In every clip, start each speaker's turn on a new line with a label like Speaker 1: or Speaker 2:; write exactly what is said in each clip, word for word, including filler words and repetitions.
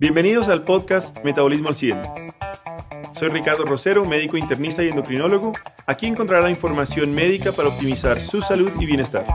Speaker 1: Bienvenidos al podcast Metabolismo al cien. Soy Ricardo Rosero, médico internista y endocrinólogo. Aquí encontrará la información médica para optimizar su salud y bienestar.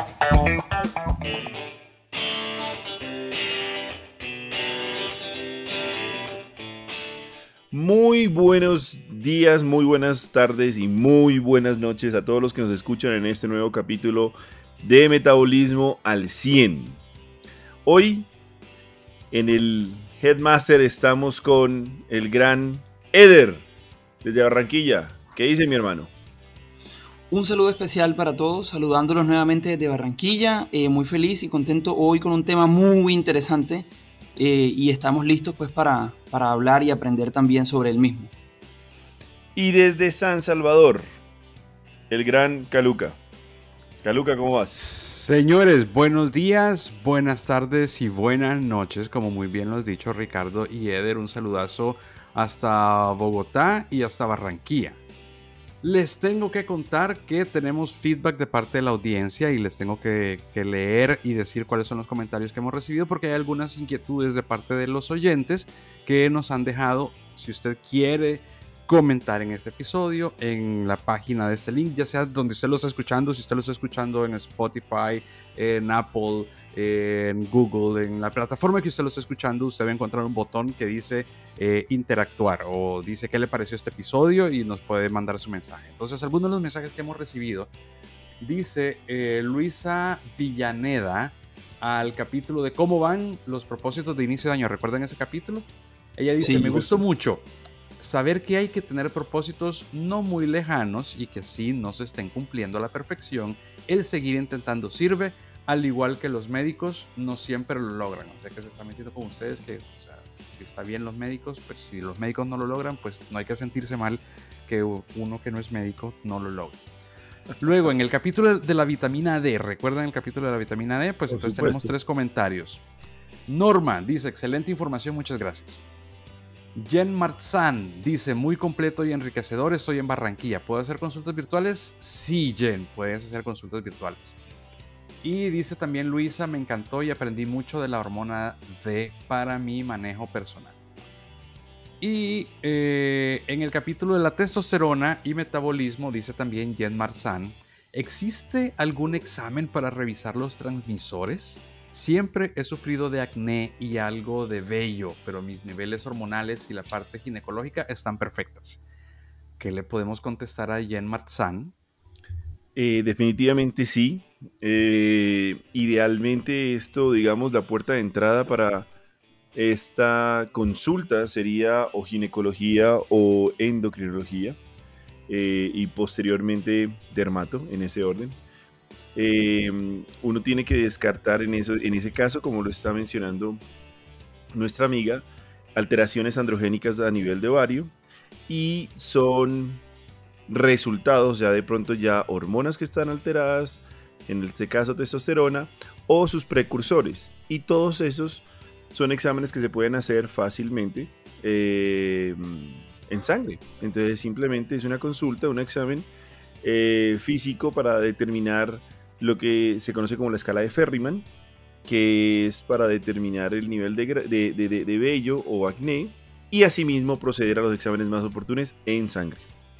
Speaker 1: Muy buenos días, muy buenas tardes y muy buenas noches a todos los que nos escuchan en este nuevo capítulo de Metabolismo al cien. Hoy en el Headmaster estamos con el gran Eder desde Barranquilla. ¿Qué dice mi hermano?
Speaker 2: Un saludo especial para todos, saludándolos nuevamente desde Barranquilla, eh, muy feliz y contento hoy con un tema muy interesante eh, y estamos listos pues para, para hablar y aprender también sobre el mismo.
Speaker 1: Y desde San Salvador, el gran Caluca. Caluca, ¿cómo vas?
Speaker 3: Señores, buenos días, buenas tardes y buenas noches, como muy bien lo has dicho Ricardo y Eder. Un saludazo hasta Bogotá y hasta Barranquilla. Les tengo que contar que tenemos feedback de parte de la audiencia y les tengo que, que leer y decir cuáles son los comentarios que hemos recibido, porque hay algunas inquietudes de parte de los oyentes que nos han dejado. Si usted quiere comentar en este episodio, en la página de este link, ya sea donde usted lo está escuchando, si usted lo está escuchando en Spotify, en Apple, en Google, en la plataforma que usted lo está escuchando, usted va a encontrar un botón que dice eh, interactuar o dice qué le pareció este episodio y nos puede mandar su mensaje. Entonces, algunos de los mensajes que hemos recibido, dice eh, Luisa Villaneda al capítulo de cómo van los propósitos de inicio de año. ¿Recuerdan ese capítulo? Ella dice, sí, me gustó mucho saber que hay que tener propósitos no muy lejanos y que si no se estén cumpliendo a la perfección, el seguir intentando sirve, al igual que los médicos no siempre lo logran. O sea que se está metiendo con ustedes que, o sea, si está bien los médicos, pues si los médicos no lo logran, pues no hay que sentirse mal que uno que no es médico no lo logre. Luego, en el capítulo de la vitamina D, ¿recuerdan el capítulo de la vitamina D? Pues
Speaker 1: Por
Speaker 3: entonces
Speaker 1: supuesto.
Speaker 3: tenemos tres comentarios. Norma dice, excelente información, muchas gracias. Jen Marzán dice, muy completo y enriquecedor, estoy en Barranquilla. ¿Puedo hacer consultas virtuales? Sí, Jen, puedes hacer consultas virtuales. Y dice también Luisa, me encantó y aprendí mucho de la hormona D para mi manejo personal. Y eh, en el capítulo de la testosterona y metabolismo, dice también Jen Marzán, ¿existe algún examen para revisar los transmisores? Siempre he sufrido de acné y algo de vello, pero mis niveles hormonales y la parte ginecológica están perfectas. ¿Qué le podemos contestar a Jen Marzán?
Speaker 1: Eh, definitivamente sí. Eh, idealmente esto, digamos, la puerta de entrada para esta consulta sería o ginecología o endocrinología eh, y posteriormente dermato, en ese orden. Eh, uno tiene que descartar en, eso, en ese caso, como lo está mencionando nuestra amiga, alteraciones androgénicas a nivel de ovario y son resultados ya de pronto ya hormonas que están alteradas, en este caso testosterona o sus precursores, y todos esos son exámenes que se pueden hacer fácilmente eh, en sangre. Entonces simplemente es una consulta, un examen eh, físico para determinar lo que se conoce como la escala de Ferriman, que es para determinar el nivel de, de, de, de vello o acné, y asimismo proceder a los exámenes más oportunos en sangre.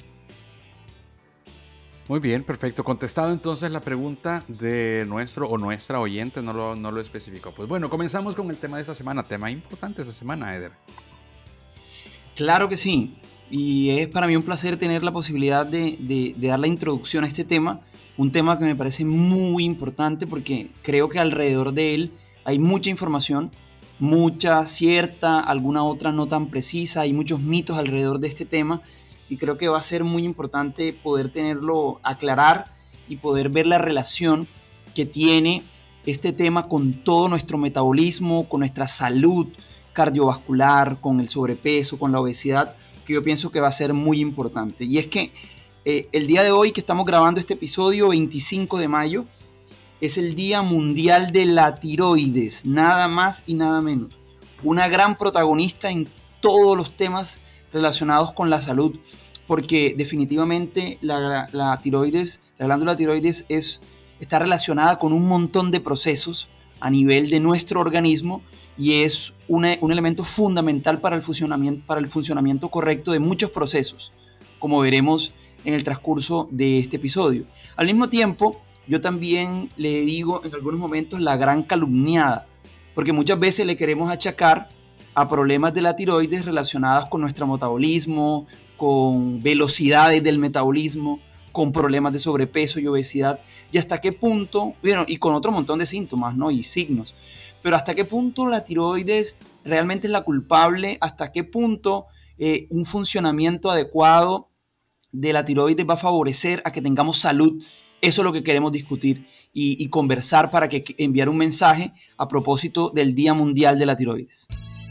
Speaker 3: Muy bien, perfecto. Contestado entonces la pregunta de nuestro o nuestra oyente, no lo, no lo especificó. Pues bueno, comenzamos con el tema de esta semana. Tema importante esta semana, Eder.
Speaker 2: Claro que sí, y es para mí un placer tener la posibilidad de, de, de dar la introducción a este tema, un tema que me parece muy importante porque creo que alrededor de él hay mucha información, mucha cierta, alguna otra no tan precisa, hay muchos mitos alrededor de este tema y creo que va a ser muy importante poder tenerlo, aclarar y poder ver la relación que tiene este tema con todo nuestro metabolismo, con nuestra salud cardiovascular, con el sobrepeso, con la obesidad, que yo pienso que va a ser muy importante. Y es que eh, el día de hoy que estamos grabando este episodio, veinticinco de mayo, es el Día Mundial de la Tiroides, nada más y nada menos. Una gran protagonista en todos los temas relacionados con la salud, porque definitivamente la, la tiroides, la glándula tiroides es, está relacionada con un montón de procesos, a nivel de nuestro organismo y es una, un elemento fundamental para el funcionamiento, para el funcionamiento correcto de muchos procesos, como veremos en el transcurso de este episodio. Al mismo tiempo, yo también le digo en algunos momentos la gran calumniada, porque muchas veces le queremos achacar a problemas de la tiroides relacionados con nuestro metabolismo, con velocidades del metabolismo, con problemas de sobrepeso y obesidad, y hasta qué punto, bueno, y con otro montón de síntomas, ¿no? Y signos, pero hasta qué punto la tiroides realmente es la culpable, hasta qué punto eh, un funcionamiento adecuado de la tiroides va a favorecer a que tengamos salud. Eso es lo que queremos discutir y, y conversar para que, que enviar un mensaje a propósito del Día Mundial de la Tiroides.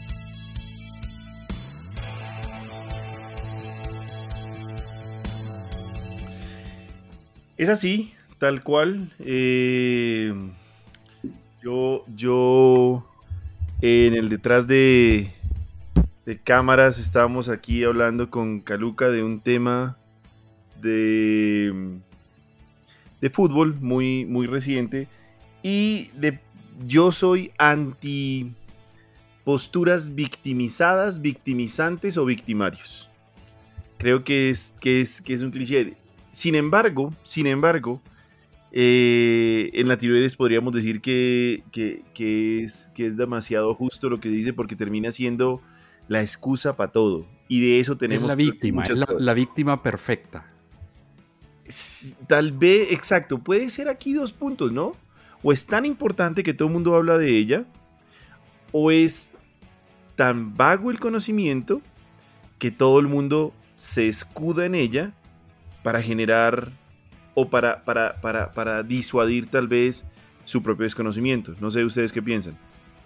Speaker 1: Es así, tal cual. Eh, yo, yo en el detrás de, de cámaras estábamos aquí hablando con Caluca de un tema de, de fútbol muy, muy reciente y de, yo soy anti posturas victimizadas, victimizantes o victimarios. Creo que es, que es, que es un cliché. Sin embargo, sin embargo, eh, en la tiroides podríamos decir que, que, que, es, que es demasiado justo lo que dice porque termina siendo la excusa para todo. Y de eso tenemos...
Speaker 3: Es la víctima, es la, la víctima perfecta.
Speaker 1: Tal vez, exacto, puede ser aquí dos puntos, ¿no? O es tan importante que todo el mundo habla de ella, o es tan vago el conocimiento que todo el mundo se escuda en ella para generar o para, para, para, para disuadir tal vez su propio desconocimiento. No sé ustedes qué piensan.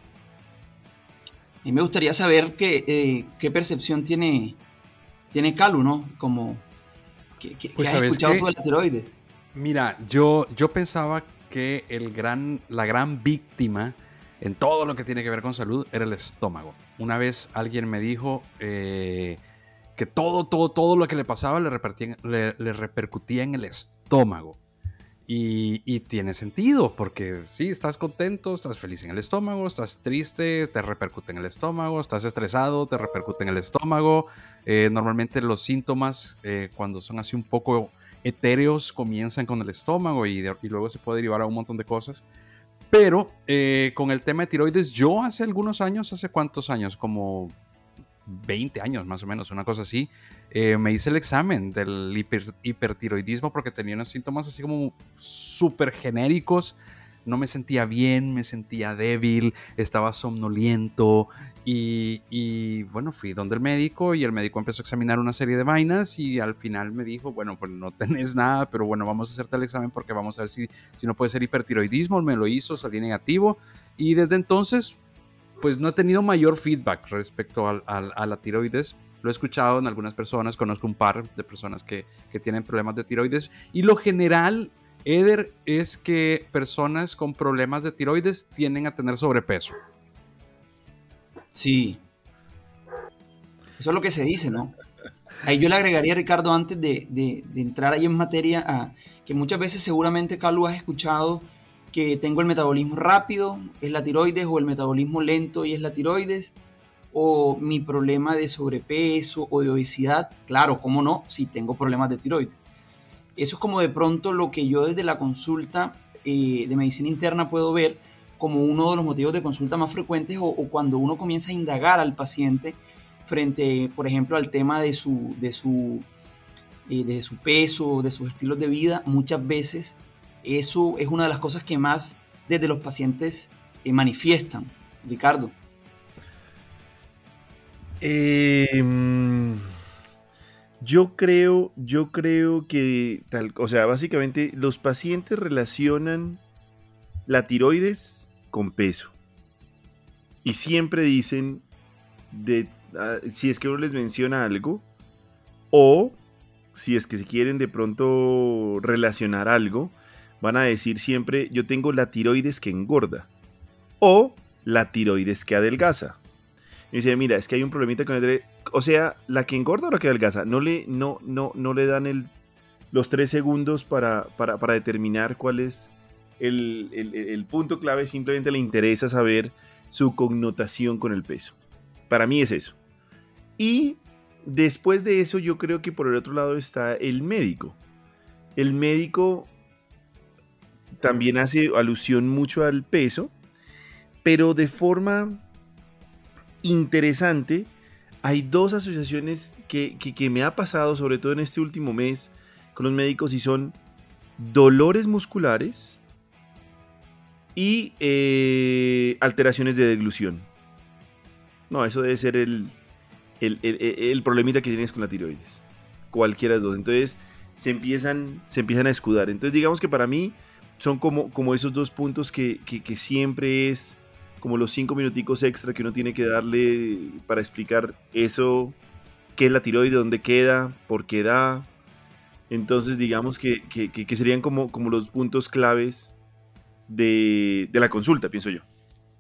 Speaker 2: A mí me gustaría saber qué, eh, qué percepción tiene, tiene Calu, ¿no? Como, ¿qué, qué, pues ¿qué has escuchado qué? tú de la tiroides?
Speaker 3: Mira, yo, yo pensaba que el gran, la gran víctima en todo lo que tiene que ver con salud era el estómago. Una vez alguien me dijo... Eh, que todo, todo, todo lo que le pasaba le, le, le repercutía en el estómago. Y, y tiene sentido, porque sí, estás contento, estás feliz en el estómago, estás triste, te repercute en el estómago, estás estresado, te repercute en el estómago. Eh, normalmente los síntomas, eh, cuando son así un poco etéreos, comienzan con el estómago y, de, y luego se puede derivar a un montón de cosas. Pero eh, con el tema de tiroides, yo hace algunos años, ¿hace cuántos años? Como... veinte años más o menos, una cosa así, eh, me hice el examen del hiper, hipertiroidismo porque tenía unos síntomas así como súper genéricos, no me sentía bien, me sentía débil, estaba somnoliento y, y bueno, fui donde el médico y el médico empezó a examinar una serie de vainas y al final me dijo, bueno, pues no tenés nada, pero bueno, vamos a hacerte el examen porque vamos a ver si, si no puede ser hipertiroidismo. Me lo hizo, salí negativo y desde entonces pues no he tenido mayor feedback respecto al, al, a la tiroides. Lo he escuchado en algunas personas, conozco un par de personas que, que tienen problemas de tiroides. Y lo general, Eder, es que personas con problemas de tiroides tienden a tener sobrepeso.
Speaker 2: Sí. Eso es lo que se dice, ¿no? Ahí yo le agregaría, Ricardo, antes de, de, de entrar ahí en materia, a, que muchas veces seguramente, Calu, has escuchado que tengo el metabolismo rápido, es la tiroides, o el metabolismo lento y es la tiroides, o mi problema de sobrepeso o de obesidad. Claro, cómo no, si tengo problemas de tiroides. Eso es como de pronto lo que yo desde la consulta eh, de medicina interna puedo ver como uno de los motivos de consulta más frecuentes, o, o cuando uno comienza a indagar al paciente frente, por ejemplo, al tema de su, de su, eh, de su peso, de sus estilos de vida. Muchas veces eso es una de las cosas que más desde los pacientes eh, manifiestan, Ricardo.
Speaker 1: Eh, yo creo, yo creo que tal, o sea, básicamente los pacientes relacionan la tiroides con peso y siempre dicen de, uh, si es que uno les menciona algo o si es que se quieren de pronto relacionar algo, van a decir siempre, yo tengo la tiroides que engorda o la tiroides que adelgaza. Y dice, mira, es que hay un problemita con el tiroides. O sea, la que engorda o la que adelgaza. No le, no, no, no le dan el, los tres segundos para, para, para determinar cuál es el, el, el punto clave simplemente le interesa saber su connotación con el peso. Para mí es eso. Y después de eso yo creo que por el otro lado está el médico. El médico también hace alusión mucho al peso, pero de forma interesante. Hay dos asociaciones que, que, que me ha pasado, sobre todo en este último mes, con los médicos, y son dolores musculares y eh, alteraciones de deglución. No, eso debe ser el, el, el, el problemita que tienes con la tiroides. Cualquiera de los dos. Entonces se empiezan, se empiezan a escudar. Entonces digamos que para mí son como, como esos dos puntos que, que, que siempre es como los cinco minuticos extra que uno tiene que darle para explicar eso, qué es la tiroides, dónde queda, por qué da. Entonces digamos que, que, que serían como, como los puntos claves de, de la consulta, pienso yo.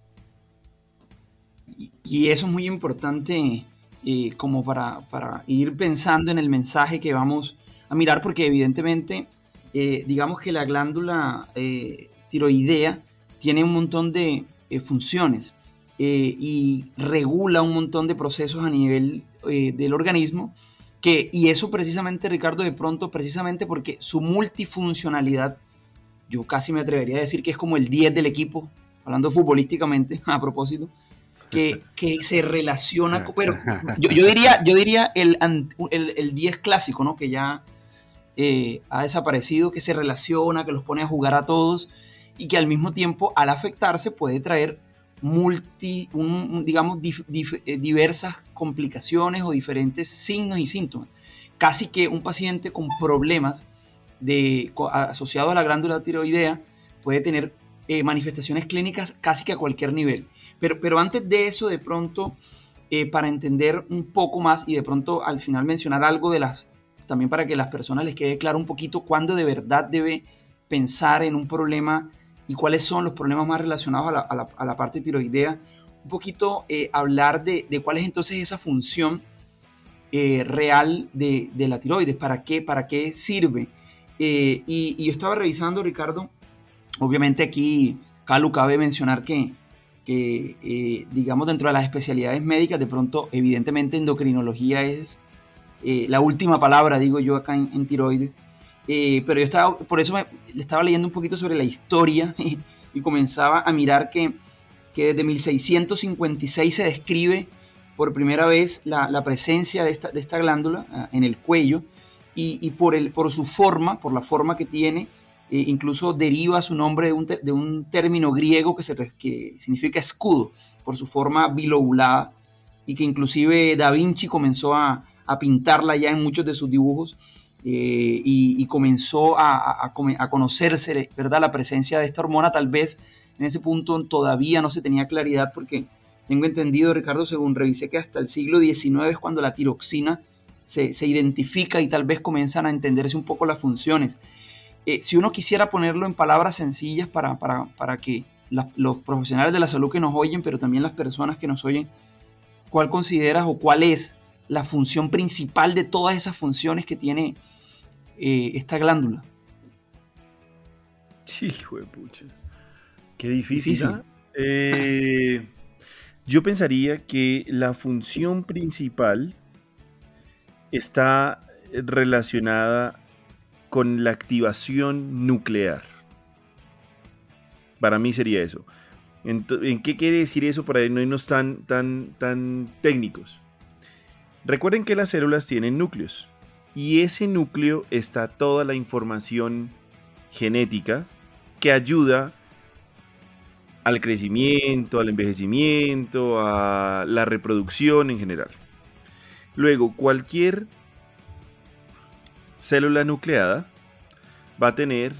Speaker 2: Y, y eso es muy importante eh, como para, para ir pensando en el mensaje que vamos a mirar, porque evidentemente eh, digamos que la glándula eh, tiroidea tiene un montón de Eh, funciones eh, y regula un montón de procesos a nivel eh, del organismo, que, y eso precisamente, Ricardo, de pronto precisamente porque su multifuncionalidad, yo casi me atrevería a decir que es como el diez del equipo, hablando futbolísticamente a propósito, que, que se relaciona, pero yo, yo diría, yo diría el, el, el diez clásico, ¿no? Que ya eh, ha desaparecido, que se relaciona, que los pone a jugar a todos, y que al mismo tiempo, al afectarse, puede traer multi, un, digamos, dif, dif, diversas complicaciones o diferentes signos y síntomas. Casi que un paciente con problemas de, asociados a la glándula tiroidea puede tener eh, manifestaciones clínicas casi que a cualquier nivel. Pero, pero antes de eso, de pronto, eh, para entender un poco más y de pronto al final mencionar algo de las, también para que a las personas les quede claro un poquito cuándo de verdad debe pensar en un problema y cuáles son los problemas más relacionados a la, a la, a la parte tiroidea, un poquito eh, hablar de, de cuál es entonces esa función eh, real de, de la tiroides, para qué, para qué sirve. Eh, y, y yo estaba revisando, Ricardo, obviamente aquí, Calu, cabe mencionar que, que eh, digamos, dentro de las especialidades médicas, de pronto, evidentemente, endocrinología es eh, la última palabra, digo yo, acá en, en tiroides. Eh, pero yo estaba, por eso me, estaba leyendo un poquito sobre la historia y, y comenzaba a mirar que, que desde mil seiscientos cincuenta y seis se describe por primera vez la, la presencia de esta, de esta glándula uh, en el cuello, y, y por, el, por su forma, por la forma que tiene, eh, incluso deriva su nombre de un, de un término griego que, se, que significa escudo, por su forma bilobulada, y que inclusive Da Vinci comenzó a, a pintarla ya en muchos de sus dibujos. Eh, y, y comenzó a, a, a conocerse, ¿verdad?, la presencia de esta hormona. Tal vez en ese punto todavía no se tenía claridad, porque tengo entendido, Ricardo, según revisé, que hasta el siglo diecinueve es cuando la tiroxina se, se identifica y tal vez comienzan a entenderse un poco las funciones. Eh, si uno quisiera ponerlo en palabras sencillas para, para, para que la, los profesionales de la salud que nos oyen, pero también las personas que nos oyen, ¿cuál consideras o cuál es la función principal de todas esas funciones que tiene eh, esta glándula?
Speaker 1: Sí, hijo de pucha. Qué difícil. difícil. ¿eh? Eh, yo pensaría que la función principal está relacionada con la activación nuclear. Para mí sería eso. Entonces, ¿en qué quiere decir eso para no irnos tan, tan, tan técnicos? Recuerden que las células tienen núcleos, y ese núcleo está toda la información genética que ayuda al crecimiento, al envejecimiento, a la reproducción en general. Luego, cualquier célula nucleada va a tener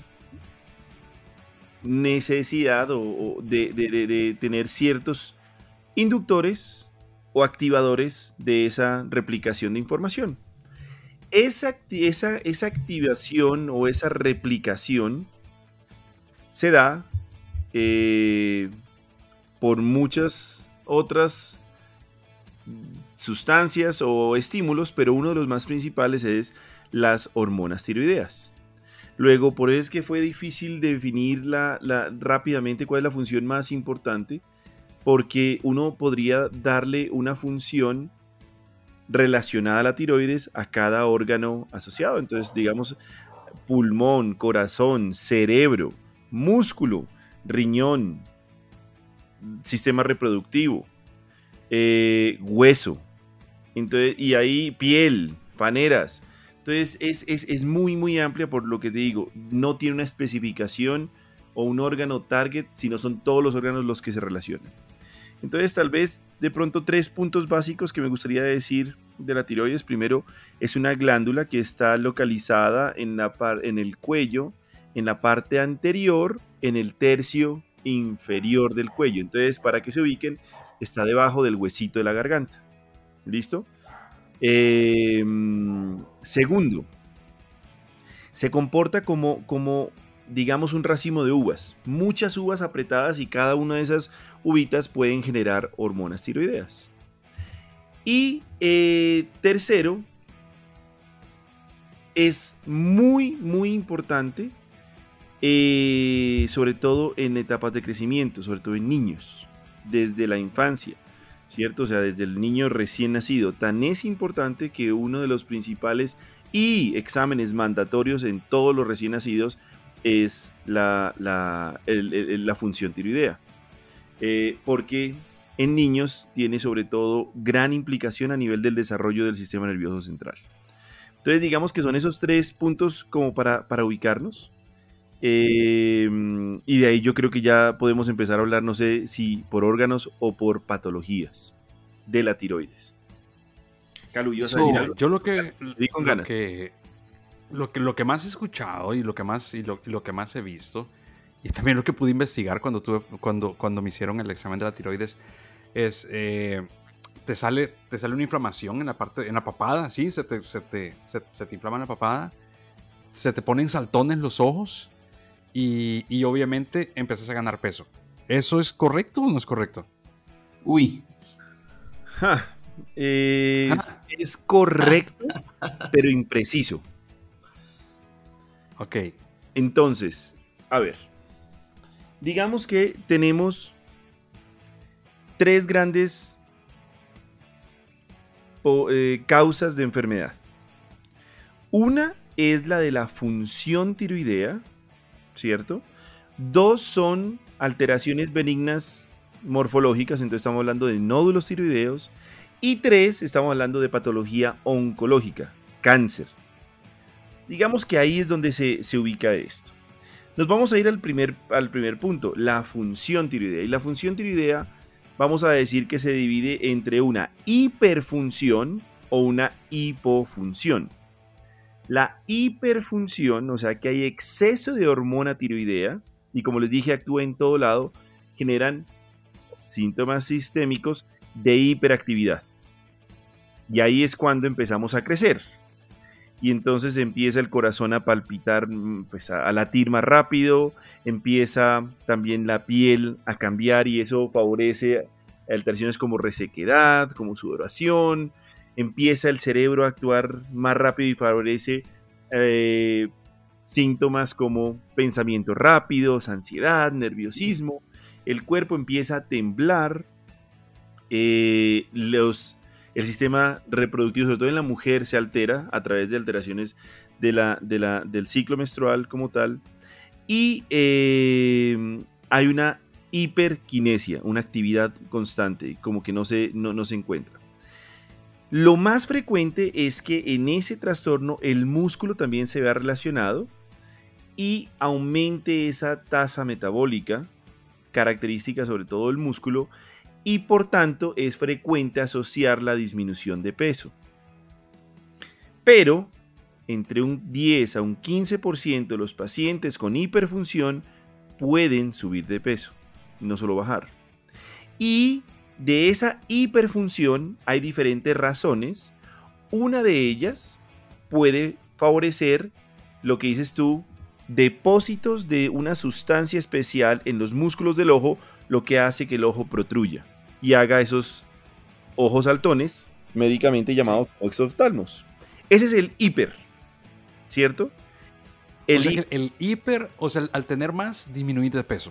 Speaker 1: necesidad o, o de, de, de, de tener ciertos inductores o activadores de esa replicación de información. Esa, esa, esa activación o esa replicación se da eh, por muchas otras sustancias o estímulos, pero uno de los más principales es las hormonas tiroideas. Luego, por eso es que fue difícil definir la, la, rápidamente cuál es la función más importante, porque uno podría darle una función relacionada a la tiroides a cada órgano asociado. Entonces, digamos, pulmón, corazón, cerebro, músculo, riñón, sistema reproductivo, eh, hueso, entonces, y ahí piel, paneras. Entonces es, es, es muy muy amplia, por lo que te digo, no tiene una especificación o un órgano target, sino son todos los órganos los que se relacionan. Entonces tal vez de pronto tres puntos básicos que me gustaría decir de la tiroides. Primero, es una glándula que está localizada en, la par en el cuello, en la parte anterior, en el tercio inferior del cuello. Entonces, para que se ubiquen, está debajo del huesito de la garganta. ¿Listo? Eh, segundo, se comporta como, como, digamos, un racimo de uvas. Muchas uvas apretadas y cada una de esas uvitas pueden generar hormonas tiroideas. Y eh, tercero, es muy, muy importante, eh, sobre todo en etapas de crecimiento, sobre todo en niños, desde la infancia, ¿cierto? O sea, desde el niño recién nacido. Tan es importante que uno de los principales y exámenes mandatorios en todos los recién nacidos es la, la, el, el, la función tiroidea. Eh, porque en niños tiene sobre todo gran implicación a nivel del desarrollo del sistema nervioso central. Entonces digamos que son esos tres puntos como para, para ubicarnos. Eh, y de ahí yo creo que ya podemos empezar a hablar, no sé si por órganos o por patologías de la tiroides. Calu, ¿ibas a decir algo?
Speaker 3: Yo lo que,
Speaker 1: Di con
Speaker 3: lo
Speaker 1: ganas.
Speaker 3: que lo que lo que más he escuchado y lo que más y lo, y lo que más he visto, y también lo que pude investigar cuando tuve cuando cuando me hicieron el examen de la tiroides, es eh, te sale te sale una inflamación en la parte en la papada, sí, se te se te se, se te inflama la papada, se te ponen saltones los ojos y, y obviamente empiezas a ganar peso. ¿Eso es correcto o no es correcto?
Speaker 2: Uy.
Speaker 1: Ja, es, es correcto, pero impreciso.
Speaker 3: Ok.
Speaker 1: Entonces, a ver, digamos que tenemos tres grandes eh, causas de enfermedad. Una es la de la función tiroidea, ¿cierto? Dos son alteraciones benignas morfológicas, entonces estamos hablando de nódulos tiroideos. Y tres, estamos hablando de patología oncológica, cáncer. Digamos que ahí es donde se, se ubica esto. Nos vamos a ir al primer, al primer punto, la función tiroidea. Y la función tiroidea, vamos a decir que se divide entre una hiperfunción o una hipofunción. La hiperfunción, o sea que hay exceso de hormona tiroidea, y como les dije, actúa en todo lado, generan síntomas sistémicos de hiperactividad. Y ahí es cuando empezamos a crecer. Y entonces empieza el corazón a palpitar, pues a, a latir más rápido, empieza también la piel a cambiar y eso favorece alteraciones como resequedad, como sudoración, empieza el cerebro a actuar más rápido y favorece eh, síntomas como pensamientos rápidos, ansiedad, nerviosismo, el cuerpo empieza a temblar, eh, los... El sistema reproductivo, sobre todo en la mujer, se altera a través de alteraciones de la, de la, del ciclo menstrual como tal. Y eh, hay una hiperquinesia, una actividad constante, como que no se, no, no se encuentra. Lo más frecuente es que en ese trastorno el músculo también se vea relacionado y aumente esa tasa metabólica, característica sobre todo del músculo, y por tanto es frecuente asociar la disminución de peso. Pero entre un diez a un quince por ciento de los pacientes con hiperfunción pueden subir de peso, no solo bajar. Y de esa hiperfunción hay diferentes razones. Una de ellas puede favorecer lo que dices tú, depósitos de una sustancia especial en los músculos del ojo, lo que hace que el ojo protruya y haga esos ojos saltones, médicamente llamados toxoftalmos. Ese es el hiper, ¿cierto? El
Speaker 3: o sea
Speaker 1: hi-
Speaker 3: que el hiper, o sea, al tener más, disminuir de peso.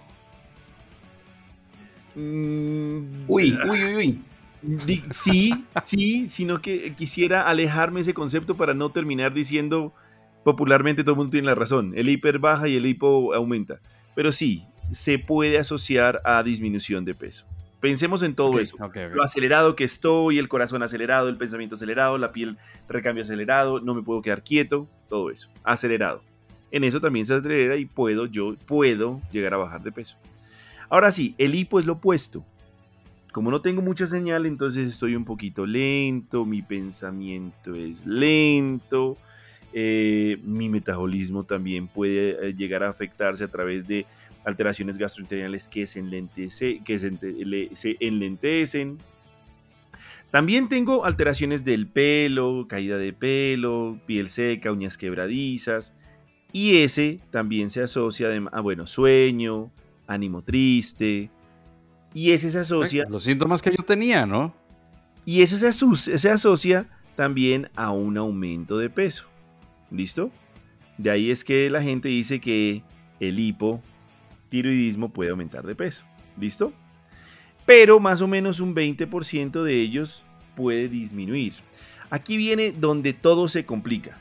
Speaker 1: Mm,
Speaker 2: Uy, uy, uy, uy.
Speaker 1: di- sí, sí, sino que quisiera alejarme ese concepto para no terminar diciendo popularmente todo el mundo tiene la razón. El hiper baja y el hipo aumenta. Pero sí, se puede asociar a disminución de peso. Pensemos en
Speaker 3: Ok,
Speaker 1: todo eso.
Speaker 3: ok,
Speaker 1: Lo
Speaker 3: ok.
Speaker 1: acelerado que estoy, el corazón acelerado, el pensamiento acelerado, la piel recambio acelerado, no me puedo quedar quieto, todo eso, acelerado. En eso también se acelera y puedo yo puedo llegar a bajar de peso. Ahora sí, el hipo es lo opuesto. Como no tengo mucha señal, entonces estoy un poquito lento, mi pensamiento es lento, eh, mi metabolismo también puede eh, llegar a afectarse a través de alteraciones gastrointestinales que se, enlentece, que se, ente- le- se enlentecen. También tengo alteraciones del pelo, caída de pelo, piel seca, uñas quebradizas. Y ese también se asocia a, ah, bueno, sueño, ánimo triste. Y ese se
Speaker 3: Eh,
Speaker 1: asocia
Speaker 3: Los síntomas que yo tenía, ¿no?
Speaker 1: Y eso se, aso- se asocia también a un aumento de peso. ¿Listo? De ahí es que la gente dice que el hipotiroidismo puede aumentar de peso. ¿Listo? Pero más o menos un veinte por ciento de ellos puede disminuir. Aquí viene donde todo se complica.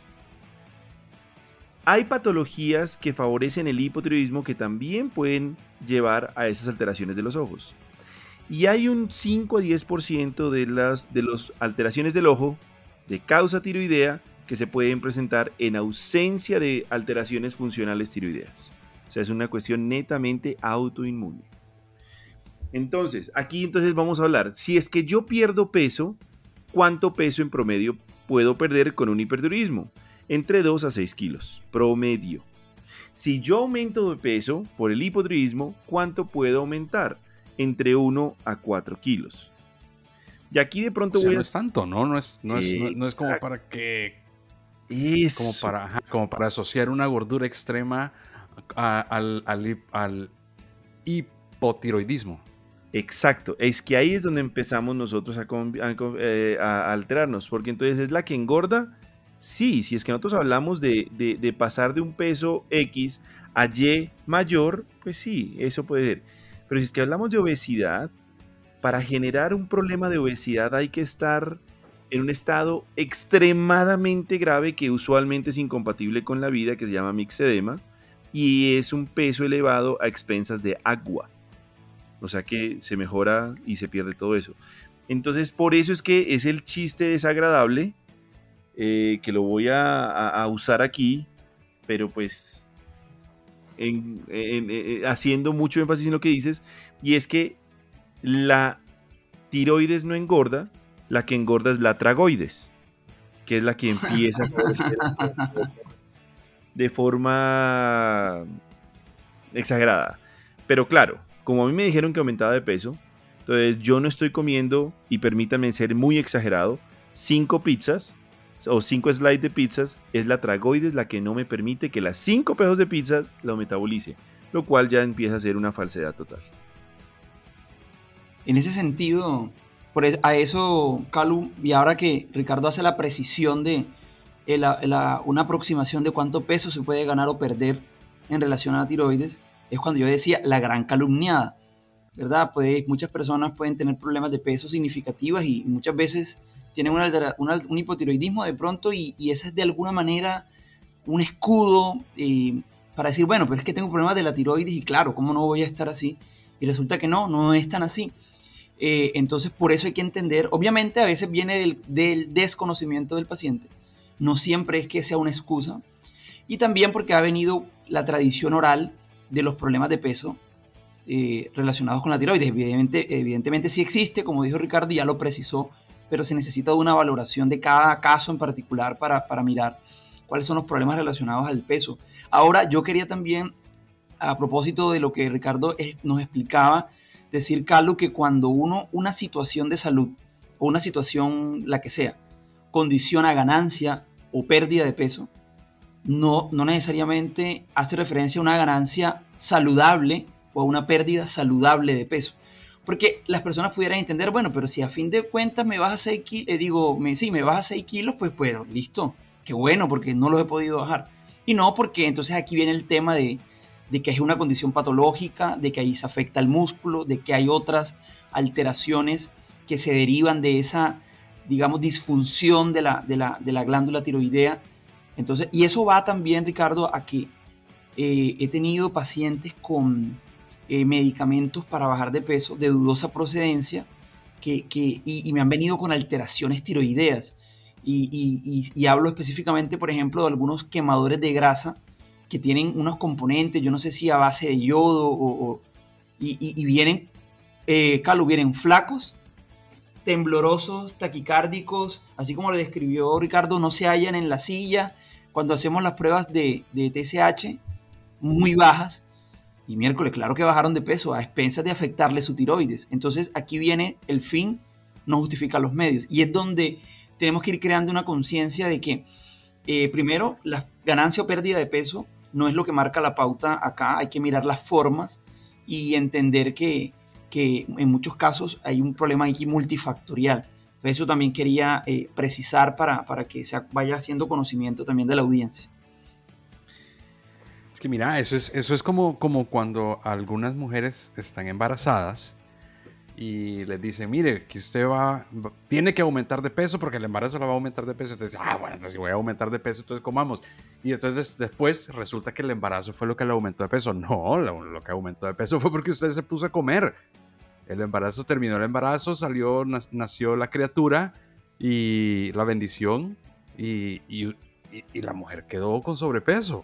Speaker 1: Hay patologías que favorecen el hipotiroidismo que también pueden llevar a esas alteraciones de los ojos. Y hay un cinco a diez por ciento de las de los alteraciones del ojo de causa tiroidea que se pueden presentar en ausencia de alteraciones funcionales tiroideas. O sea, es una cuestión netamente autoinmune. Entonces, aquí entonces vamos a hablar, si es que yo pierdo peso, ¿cuánto peso en promedio puedo perder con un hipertiroidismo? Entre dos a seis kilos, promedio. Si yo aumento de peso por el hipotiroidismo, ¿cuánto puedo aumentar? Entre uno a cuatro kilos. Y aquí de
Speaker 3: O
Speaker 1: pronto
Speaker 3: sea,
Speaker 1: voy
Speaker 3: no
Speaker 1: a...
Speaker 3: es tanto, ¿no? No es, no es, no, no es como
Speaker 1: Exacto.
Speaker 3: para que, como
Speaker 1: Eso.
Speaker 3: para, ajá, como para asociar una gordura extrema a- al, al, hip- al hipotiroidismo.
Speaker 1: Exacto. Es que ahí es donde empezamos nosotros a, con- a con- eh, a alterarnos. Porque entonces es la que engorda. Sí, si es que nosotros hablamos de, de- de pasar de un peso X a Y mayor, pues sí, eso puede ser. Pero si es que hablamos de obesidad, para generar un problema de obesidad hay que estar en un estado extremadamente grave que usualmente es incompatible con la vida, que se llama mixedema, y es un peso elevado a expensas de agua. O sea que se mejora y se pierde todo eso. Entonces, por eso es que es el chiste desagradable, eh, que lo voy a, a- a usar aquí, pero pues en- en- en- haciendo mucho énfasis en lo que dices, y es que la tiroides no engorda, la que engorda es la tragoides, que es la que empieza a favorecer de forma exagerada. Pero claro, como a mí me dijeron que aumentaba de peso, entonces yo no estoy comiendo, y permítanme ser muy exagerado, cinco pizzas o cinco slides de pizzas, es la tragoides la que no me permite que las cinco pedazos de pizzas lo metabolice, lo cual ya empieza a ser una falsedad total.
Speaker 2: En ese sentido, por es- a eso, Calu, y ahora que Ricardo hace la precisión de eh, la- la- una aproximación de cuánto peso se puede ganar o perder en relación a la tiroides, es cuando yo decía la gran calumniada, ¿verdad? Pues muchas personas pueden tener problemas de peso significativos y muchas veces tienen una altera- una- un hipotiroidismo de pronto y, y ese es de alguna manera un escudo eh, para decir, bueno, pero es que tengo problemas de la tiroides y claro, ¿cómo no voy a estar así? Y resulta que no, no es tan así. Eh, entonces, por eso hay que entender, obviamente a veces viene del, del desconocimiento del paciente, no siempre es que sea una excusa, y también porque ha venido la tradición oral de los problemas de peso eh, relacionados con la tiroides. Evidentemente, evidentemente sí existe, como dijo Ricardo, ya lo precisó, pero se necesita de una valoración de cada caso en particular para, para mirar cuáles son los problemas relacionados al peso. Ahora, yo quería también, a propósito de lo que Ricardo es- nos explicaba, decir, Carlos, que cuando uno, una situación de salud, o una situación, la que sea, condiciona ganancia o pérdida de peso, no, no necesariamente hace referencia a una ganancia saludable o a una pérdida saludable de peso. Porque las personas pudieran entender, bueno, pero si a fin de cuentas me baja seis kilos, eh, digo, me, sí, me baja seis kilos, pues puedo, listo, qué bueno, porque no los he podido bajar. Y no porque entonces aquí viene el tema de, de que es una condición patológica, de que ahí se afecta el músculo, de que hay otras alteraciones que se derivan de esa, digamos, disfunción de la, de la, de la glándula tiroidea. Entonces, y eso va también, Ricardo, a que eh, he tenido pacientes con eh, medicamentos para bajar de peso de dudosa procedencia que, que, y, y me han venido con alteraciones tiroideas. Y, y, y, y hablo específicamente, por ejemplo, de algunos quemadores de grasa que tienen unos componentes, yo no sé si a base de yodo o, o y, y, y vienen, eh, Carlos, vienen flacos, temblorosos, taquicárdicos, así como lo describió Ricardo, no se hallan en la silla cuando hacemos las pruebas de, de T S H muy bajas. Y miércoles, claro que bajaron de peso a expensas de afectarle su tiroides. Entonces aquí viene el fin, no justifica los medios. Y es donde tenemos que ir creando una conciencia de que, eh, primero, la ganancia o pérdida de peso no es lo que marca la pauta acá. Hay que mirar las formas y entender que, que en muchos casos hay un problema aquí multifactorial. Entonces eso también quería eh, precisar para, para que se vaya haciendo conocimiento también de la audiencia.
Speaker 3: Es que mira, eso es, eso es como, como cuando algunas mujeres están embarazadas y les dicen, mire, que usted va, va, tiene que aumentar de peso porque el embarazo la va a aumentar de peso. Entonces, ah, bueno, entonces si voy a aumentar de peso, entonces comamos. Y entonces después resulta que el embarazo fue lo que le aumentó de peso. No, lo, lo que aumentó de peso fue porque usted se puso a comer. El embarazo terminó el embarazo, salió, nació la criatura y la bendición y, y, y, y la mujer quedó con sobrepeso.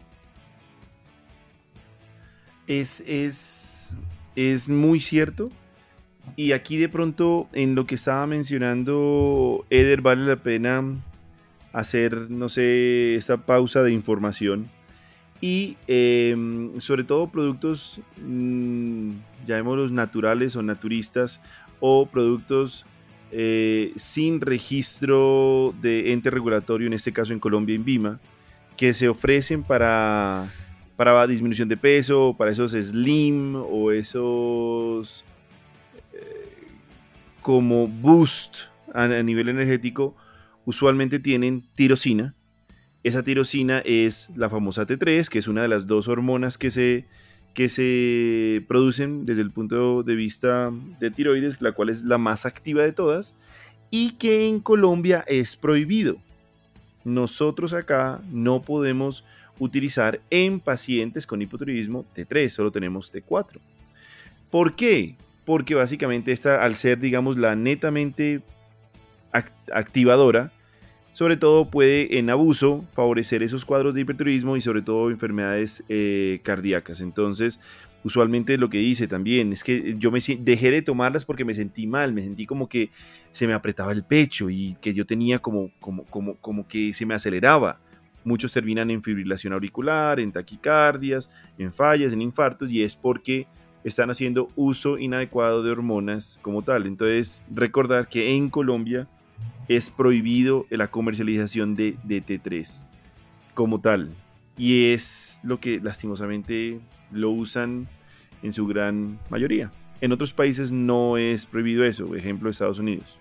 Speaker 1: Es, es, es muy cierto. Y aquí de pronto en lo que estaba mencionando Eder vale la pena hacer, no sé, esta pausa de información. Y eh, sobre todo productos, mmm, llamémoslos naturales o naturistas, o productos eh, sin registro de ente regulatorio, en este caso en Colombia, INVIMA, que se ofrecen para, para disminución de peso, para esos slim o esos eh, como boost a, a nivel energético, usualmente tienen tirosina. Esa tirosina es la famosa T tres, que es una de las dos hormonas que se, que se producen desde el punto de vista de tiroides, la cual es la más activa de todas, y que en Colombia es prohibido. Nosotros acá no podemos utilizar en pacientes con hipotiroidismo T tres, solo tenemos T cuatro. ¿Por qué? Porque básicamente esta, al ser, digamos, la netamente act- activadora, sobre todo puede en abuso favorecer esos cuadros de hipertiroidismo y sobre todo enfermedades eh, cardíacas. Entonces, usualmente lo que dice también es que yo me dejé de tomarlas porque me sentí mal, me sentí como que se me apretaba el pecho y que yo tenía como, como, como, como que se me aceleraba. Muchos terminan en fibrilación auricular, en taquicardias, en fallas, en infartos, y es porque están haciendo uso inadecuado de hormonas como tal. Entonces, recordar que en Colombia es prohibido la comercialización de, de T tres como tal. Y es lo que lastimosamente lo usan en su gran mayoría. En otros países no es prohibido eso, por ejemplo Estados Unidos.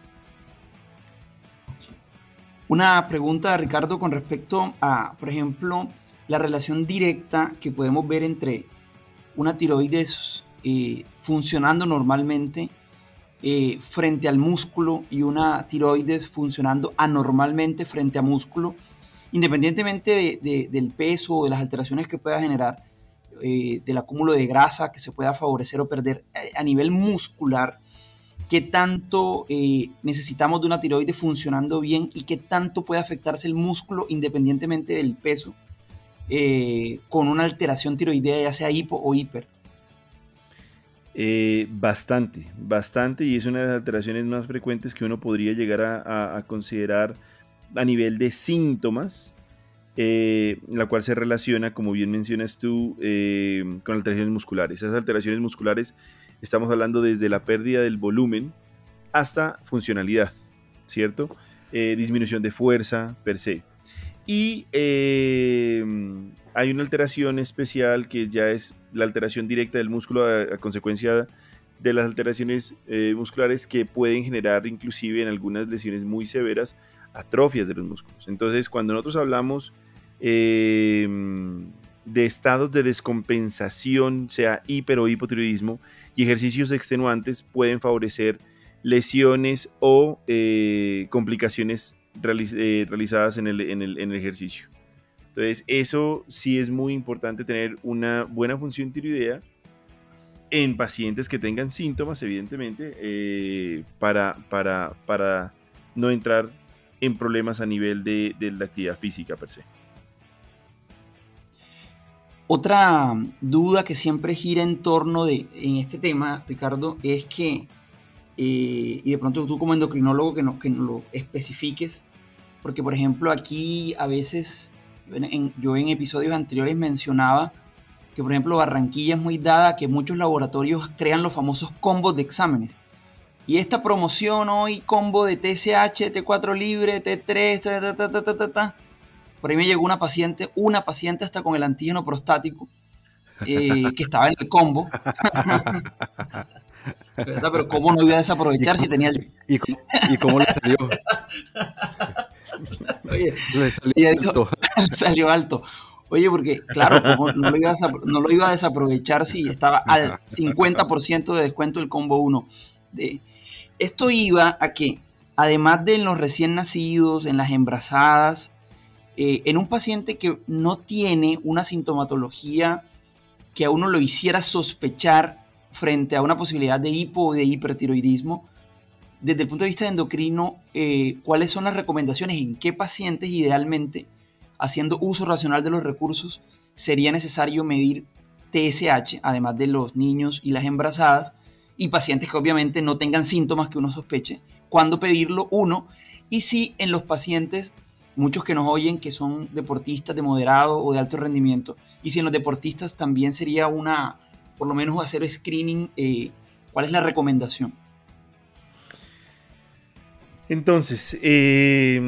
Speaker 2: Una pregunta, Ricardo, con respecto a, por ejemplo, la relación directa que podemos ver entre una tiroides eh, funcionando normalmente Eh, frente al músculo y una tiroides funcionando anormalmente frente a músculo, independientemente de, de, del peso o de las alteraciones que pueda generar, eh, del acúmulo de grasa que se pueda favorecer o perder eh, a nivel muscular, qué tanto eh, necesitamos de una tiroides funcionando bien y qué tanto puede afectarse el músculo independientemente del peso eh, con una alteración tiroidea, ya sea hipo o hiper.
Speaker 1: Eh, bastante, bastante, y es una de las alteraciones más frecuentes que uno podría llegar a, a, a considerar a nivel de síntomas, eh, la cual se relaciona, como bien mencionas tú, eh, con alteraciones musculares. Esas alteraciones musculares estamos hablando desde la pérdida del volumen hasta funcionalidad, ¿cierto? Eh, disminución de fuerza per se. Y eh, hay una alteración especial que ya es la alteración directa del músculo a, a consecuencia de las alteraciones eh, musculares que pueden generar inclusive en algunas lesiones muy severas atrofias de los músculos. Entonces, cuando nosotros hablamos eh, de estados de descompensación, sea hiper o hipotiroidismo, y ejercicios extenuantes pueden favorecer lesiones o eh, complicaciones realiz eh, realizadas en el, en, el, en el ejercicio. Entonces, eso sí es muy importante, tener una buena función tiroidea en pacientes que tengan síntomas, evidentemente, eh, para, para, para no entrar en problemas a nivel de, de la actividad física per se.
Speaker 2: Otra duda que siempre gira en torno de, en este tema, Ricardo, es que, eh, y de pronto tú como endocrinólogo que, no, que nos lo especifiques, porque por ejemplo aquí a veces, en, en, yo en episodios anteriores mencionaba que por ejemplo Barranquilla es muy dada a que muchos laboratorios crean los famosos combos de exámenes. Y esta promoción hoy, combo de T S H, T cuatro libre, T tres, ta, ta, ta, ta, ta, ta. Por ahí me llegó una paciente, una paciente hasta con el antígeno prostático, eh, que estaba en el combo. ¿Verdad? Pero ¿cómo no iba a desaprovechar si tenía el...
Speaker 3: ¿Y cómo, y cómo le salió?
Speaker 2: Oye,
Speaker 3: le salió
Speaker 2: alto. Dijo, salió alto. Oye, porque claro, ¿cómo no, lo iba a, no lo iba a desaprovechar si estaba al cincuenta por ciento de descuento del combo uno. De, esto iba a que, además de en los recién nacidos, en las embarazadas, eh, en un paciente que no tiene una sintomatología que a uno lo hiciera sospechar frente a una posibilidad de hipo o de hipertiroidismo, desde el punto de vista endocrino, eh, ¿cuáles son las recomendaciones? ¿En qué pacientes idealmente, haciendo uso racional de los recursos, sería necesario medir T S H, además de los niños y las embarazadas, y pacientes que obviamente no tengan síntomas que uno sospeche? ¿Cuándo pedirlo? Uno. Y si en los pacientes, muchos que nos oyen que son deportistas de moderado o de alto rendimiento, y si en los deportistas también sería una, por lo menos hacer screening, eh, ¿cuál es la recomendación?
Speaker 1: Entonces, eh,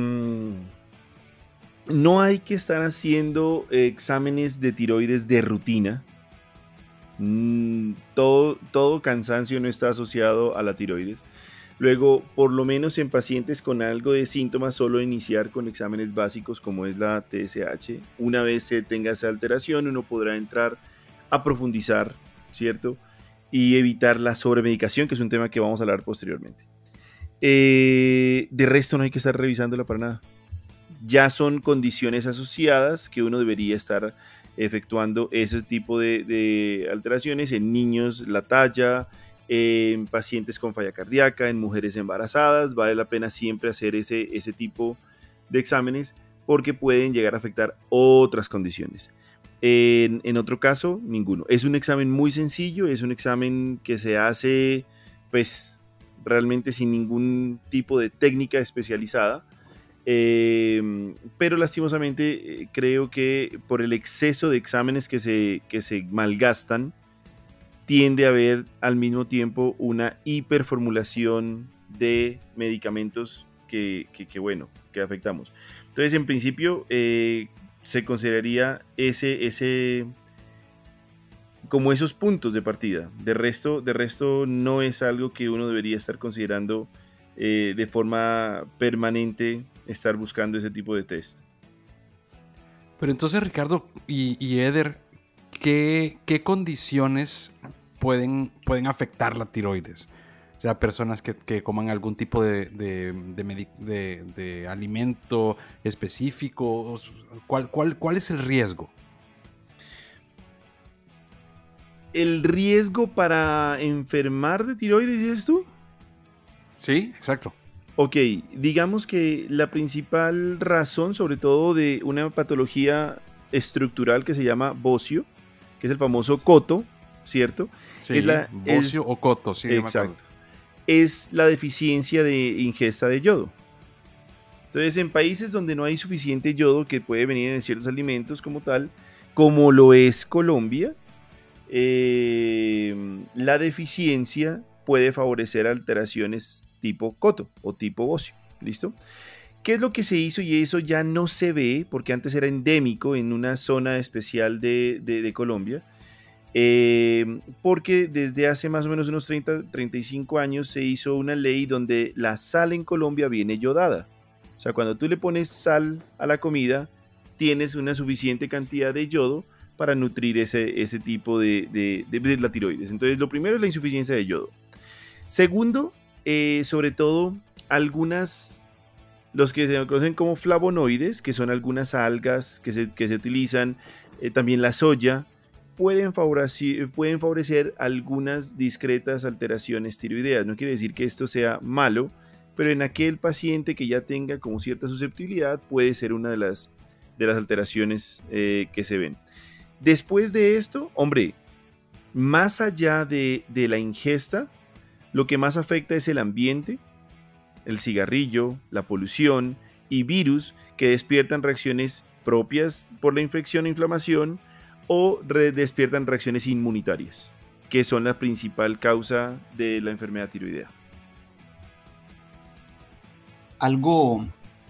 Speaker 1: no hay que estar haciendo exámenes de tiroides de rutina. Mm, todo, todo cansancio no está asociado a la tiroides. Luego, por lo menos en pacientes con algo de síntomas, solo iniciar con exámenes básicos como es la T S H. Una vez se tenga esa alteración, uno podrá entrar a profundizar, ¿cierto? Y evitar la sobremedicación, que es un tema que vamos a hablar posteriormente. Eh, de resto no hay que estar revisándola para nada. Ya son condiciones asociadas que uno debería estar efectuando ese tipo de, de alteraciones en niños, la talla, en pacientes con falla cardíaca, en mujeres embarazadas. Vale la pena siempre hacer ese, ese tipo de exámenes porque pueden llegar a afectar otras condiciones. En, en otro caso, ninguno. Es un examen muy sencillo, es un examen que se hace pues realmente sin ningún tipo de técnica especializada, eh, pero lastimosamente eh, creo que por el exceso de exámenes que se, que se malgastan, tiende a haber al mismo tiempo una hiperformulación de medicamentos que, que, que bueno, que afectamos. Entonces, en principio, eh, se consideraría ese, ese como esos puntos de partida. De resto, de resto no es algo que uno debería estar considerando eh, de forma permanente, estar buscando ese tipo de test.
Speaker 3: Pero entonces, Ricardo y, y Eder, ¿qué, qué condiciones pueden, pueden afectar la tiroides? O sea, personas que, que coman algún tipo de, de, de, de, de alimento específico. ¿Cuál, cuál, ¿Cuál es el riesgo?
Speaker 1: ¿El riesgo para enfermar de tiroides, dices tú?
Speaker 3: Sí, exacto.
Speaker 1: Ok, digamos que la principal razón, sobre todo de una patología estructural que se llama bocio, que es el famoso coto, ¿cierto?
Speaker 3: Sí,
Speaker 1: es la,
Speaker 3: bocio
Speaker 1: es,
Speaker 3: o coto, sí.
Speaker 1: Exacto. Es la deficiencia de ingesta de yodo. Entonces, en países donde no hay suficiente yodo, que puede venir en ciertos alimentos como tal, como lo es Colombia, Eh, la deficiencia puede favorecer alteraciones tipo coto o tipo bocio. ¿Listo? ¿Qué es lo que se hizo? Y eso ya no se ve, porque antes era endémico en una zona especial de, de, de Colombia, eh, porque desde hace más o menos unos treinta, treinta y cinco años se hizo una ley donde la sal en Colombia viene yodada. O sea, cuando tú le pones sal a la comida, tienes una suficiente cantidad de yodo para nutrir ese, ese tipo de, de, de, de la tiroides. Entonces, lo primero es la insuficiencia de yodo. Segundo, eh, sobre todo, algunas, los que se conocen como flavonoides, que son algunas algas que se, que se utilizan, eh, también la soya, pueden favorecer, pueden favorecer algunas discretas alteraciones tiroideas. No quiere decir que esto sea malo, pero en aquel paciente que ya tenga como cierta susceptibilidad puede ser una de las, de las alteraciones eh, que se ven. Después de esto, hombre, más allá de, de la ingesta, lo que más afecta es el ambiente, el cigarrillo, la polución y virus que despiertan reacciones propias por la infección o inflamación o despiertan reacciones inmunitarias, que son la principal causa de la enfermedad tiroidea.
Speaker 2: Algo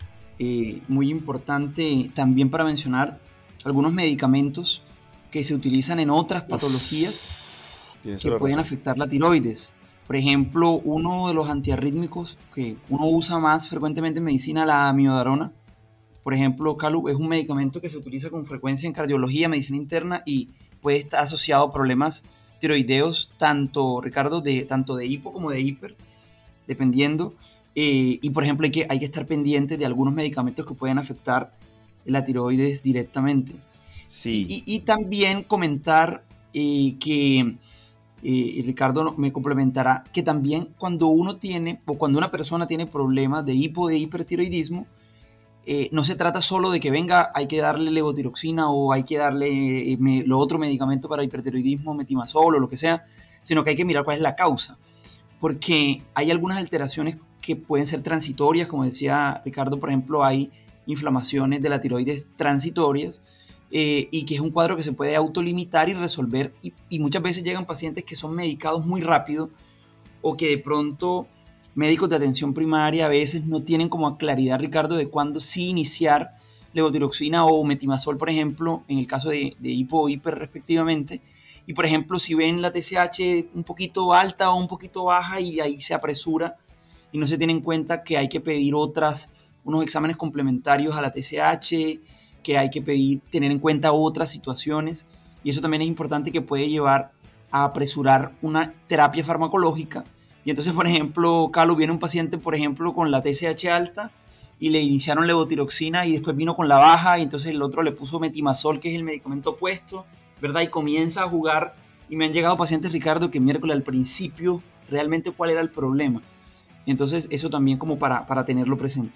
Speaker 2: eh, muy importante también para mencionar, algunos medicamentos que se utilizan en otras patologías que pueden afectar la tiroides. Por ejemplo, uno de los antiarrítmicos que uno usa más frecuentemente en medicina, la amiodarona. Por ejemplo, Calu, es un medicamento que se utiliza con frecuencia en cardiología, medicina interna y puede estar asociado a problemas tiroideos, tanto, Ricardo, de, tanto de hipo como de hiper, dependiendo. Eh, y, por ejemplo, hay que, hay que estar pendiente de algunos medicamentos que pueden afectar la tiroides directamente.
Speaker 1: Sí.
Speaker 2: Y, y, y también comentar eh, que... Eh, Ricardo me complementará, que también cuando uno tiene, o cuando una persona tiene problemas de hipo de hipertiroidismo, eh, no se trata solo de que venga, hay que darle levotiroxina o hay que darle eh, me, lo otro medicamento para hipertiroidismo, metimazol o lo que sea, sino que hay que mirar cuál es la causa, porque hay algunas alteraciones que pueden ser transitorias, como decía Ricardo, por ejemplo, hay inflamaciones de la tiroides transitorias, Eh, y que es un cuadro que se puede autolimitar y resolver, y, y muchas veces llegan pacientes que son medicados muy rápido o que de pronto médicos de atención primaria a veces no tienen como claridad, Ricardo, de cuándo sí iniciar levotiroxina o metimazol, por ejemplo, en el caso de, de hipo o hiper respectivamente, y por ejemplo si ven la T S H un poquito alta o un poquito baja y ahí se apresura y no se tiene en cuenta que hay que pedir otras, unos exámenes complementarios a la T S H, que hay que pedir, tener en cuenta otras situaciones, y eso también es importante, que puede llevar a apresurar una terapia farmacológica. Y entonces, por ejemplo, Carlos, viene un paciente, por ejemplo, con la T S H alta y le iniciaron levotiroxina y después vino con la baja y entonces el otro le puso metimazol, que es el medicamento opuesto, ¿verdad? Y comienza a jugar, y me han llegado pacientes, Ricardo, que miércoles al principio realmente cuál era el problema. Entonces, eso también como para, para tenerlo presente.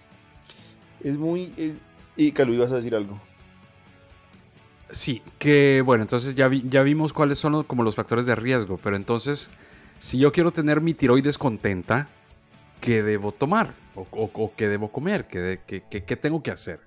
Speaker 1: Es muy... Es... Y Calu, ibas a decir algo.
Speaker 3: Sí, que bueno, entonces ya, vi, ya vimos cuáles son los, como los factores de riesgo, pero entonces, si yo quiero tener mi tiroides contenta, ¿qué debo tomar? ¿O, o, o qué debo comer? ¿Qué, de, qué, qué, qué tengo que hacer?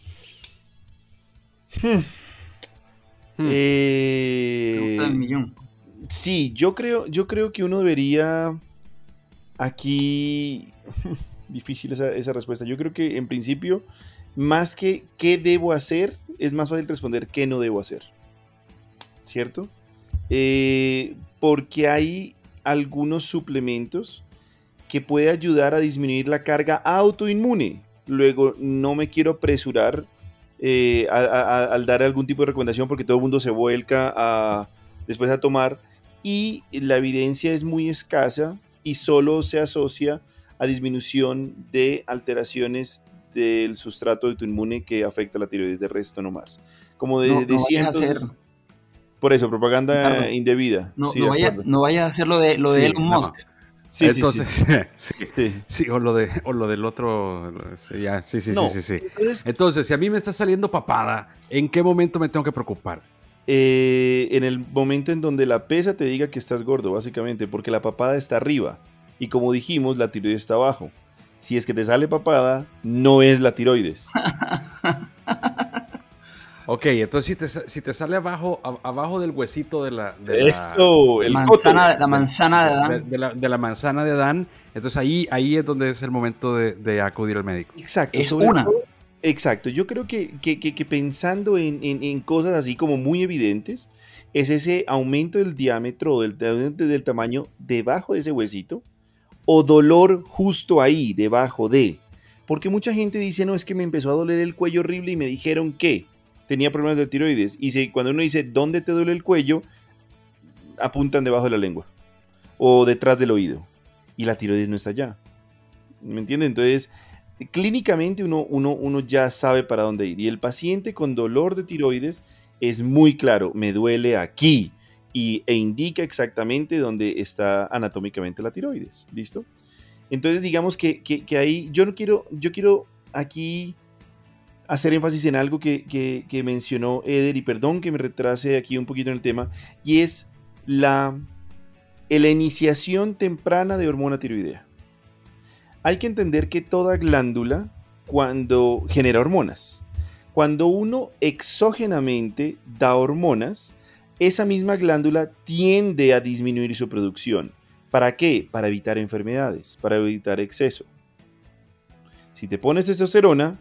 Speaker 1: Hmm. Hmm. Eh...
Speaker 2: Pregunta del millón.
Speaker 1: Sí, yo creo, yo creo que uno debería aquí... Difícil esa, esa respuesta. Yo creo que en principio... Más que qué debo hacer, es más fácil responder qué no debo hacer. ¿Cierto? Eh, porque hay algunos suplementos que pueden ayudar a disminuir la carga autoinmune. Luego, no me quiero apresurar eh, a, a, a, al dar algún tipo de recomendación porque todo el mundo se vuelca a, después a tomar. Y la evidencia es muy escasa y solo se asocia a disminución de alteraciones del sustrato autoinmune que afecta la tiroides, de resto no más. Como de,
Speaker 2: no,
Speaker 1: de
Speaker 2: no
Speaker 1: cientos...
Speaker 2: vayas a hacer.
Speaker 1: Por eso, propaganda
Speaker 2: Claro.
Speaker 1: indebida.
Speaker 2: No,
Speaker 1: sí,
Speaker 2: no, vaya, no vayas a hacer lo de, lo de
Speaker 3: Sí,
Speaker 2: Elon
Speaker 3: no.
Speaker 2: Musk.
Speaker 1: Sí,
Speaker 3: Entonces,
Speaker 1: sí,
Speaker 3: sí.
Speaker 1: sí. sí.
Speaker 3: Sí, o lo, de, o lo del otro. Sí, ya, sí, sí,
Speaker 1: No,
Speaker 3: sí, sí, sí.
Speaker 1: Entonces,
Speaker 3: Entonces, si a mí me está saliendo papada, ¿en qué momento me tengo que preocupar?
Speaker 1: eh, en el momento en donde la pesa te diga que estás gordo, básicamente, porque la papada está arriba. Y como dijimos, la tiroides está abajo. Si es que te sale papada, no es la tiroides.
Speaker 3: Ok, entonces si te, si te sale abajo, a, abajo del huesito de la... De
Speaker 1: Eso,
Speaker 3: la,
Speaker 1: el
Speaker 2: manzana,
Speaker 1: coto.
Speaker 2: la manzana de,
Speaker 3: de,
Speaker 2: Adán.
Speaker 3: de, de, la, de la manzana de Adán. Entonces ahí, ahí es donde es el momento de, de acudir al médico.
Speaker 1: Exacto.
Speaker 2: Es
Speaker 1: sobre
Speaker 2: una.
Speaker 1: todo, exacto. Yo creo que, que, que, que pensando en, en, en cosas así como muy evidentes, es ese aumento del diámetro, del, del, del tamaño debajo de ese huesito, o dolor justo ahí, debajo de. Porque mucha gente dice, no, es que me empezó a doler el cuello horrible y me dijeron que. tenía problemas de tiroides. Y se, cuando uno dice, ¿dónde te duele el cuello?, apuntan debajo de la lengua o detrás del oído. Y la tiroides no está allá. ¿Me entienden? Entonces, clínicamente uno, uno, uno ya sabe para dónde ir. Y el paciente con dolor de tiroides es muy claro, me duele aquí. Y, e indica exactamente dónde está anatómicamente la tiroides. ¿Listo? Entonces, digamos que, que, que ahí yo no quiero, yo quiero aquí hacer énfasis en algo que, que, que mencionó Eder, y perdón que me retrase aquí un poquito en el tema, y es la, la iniciación temprana de hormona tiroidea. Hay que entender que toda glándula, cuando genera hormonas, cuando uno exógenamente da hormonas, esa misma glándula tiende a disminuir su producción. ¿Para qué? Para evitar enfermedades, para evitar exceso. Si te pones testosterona,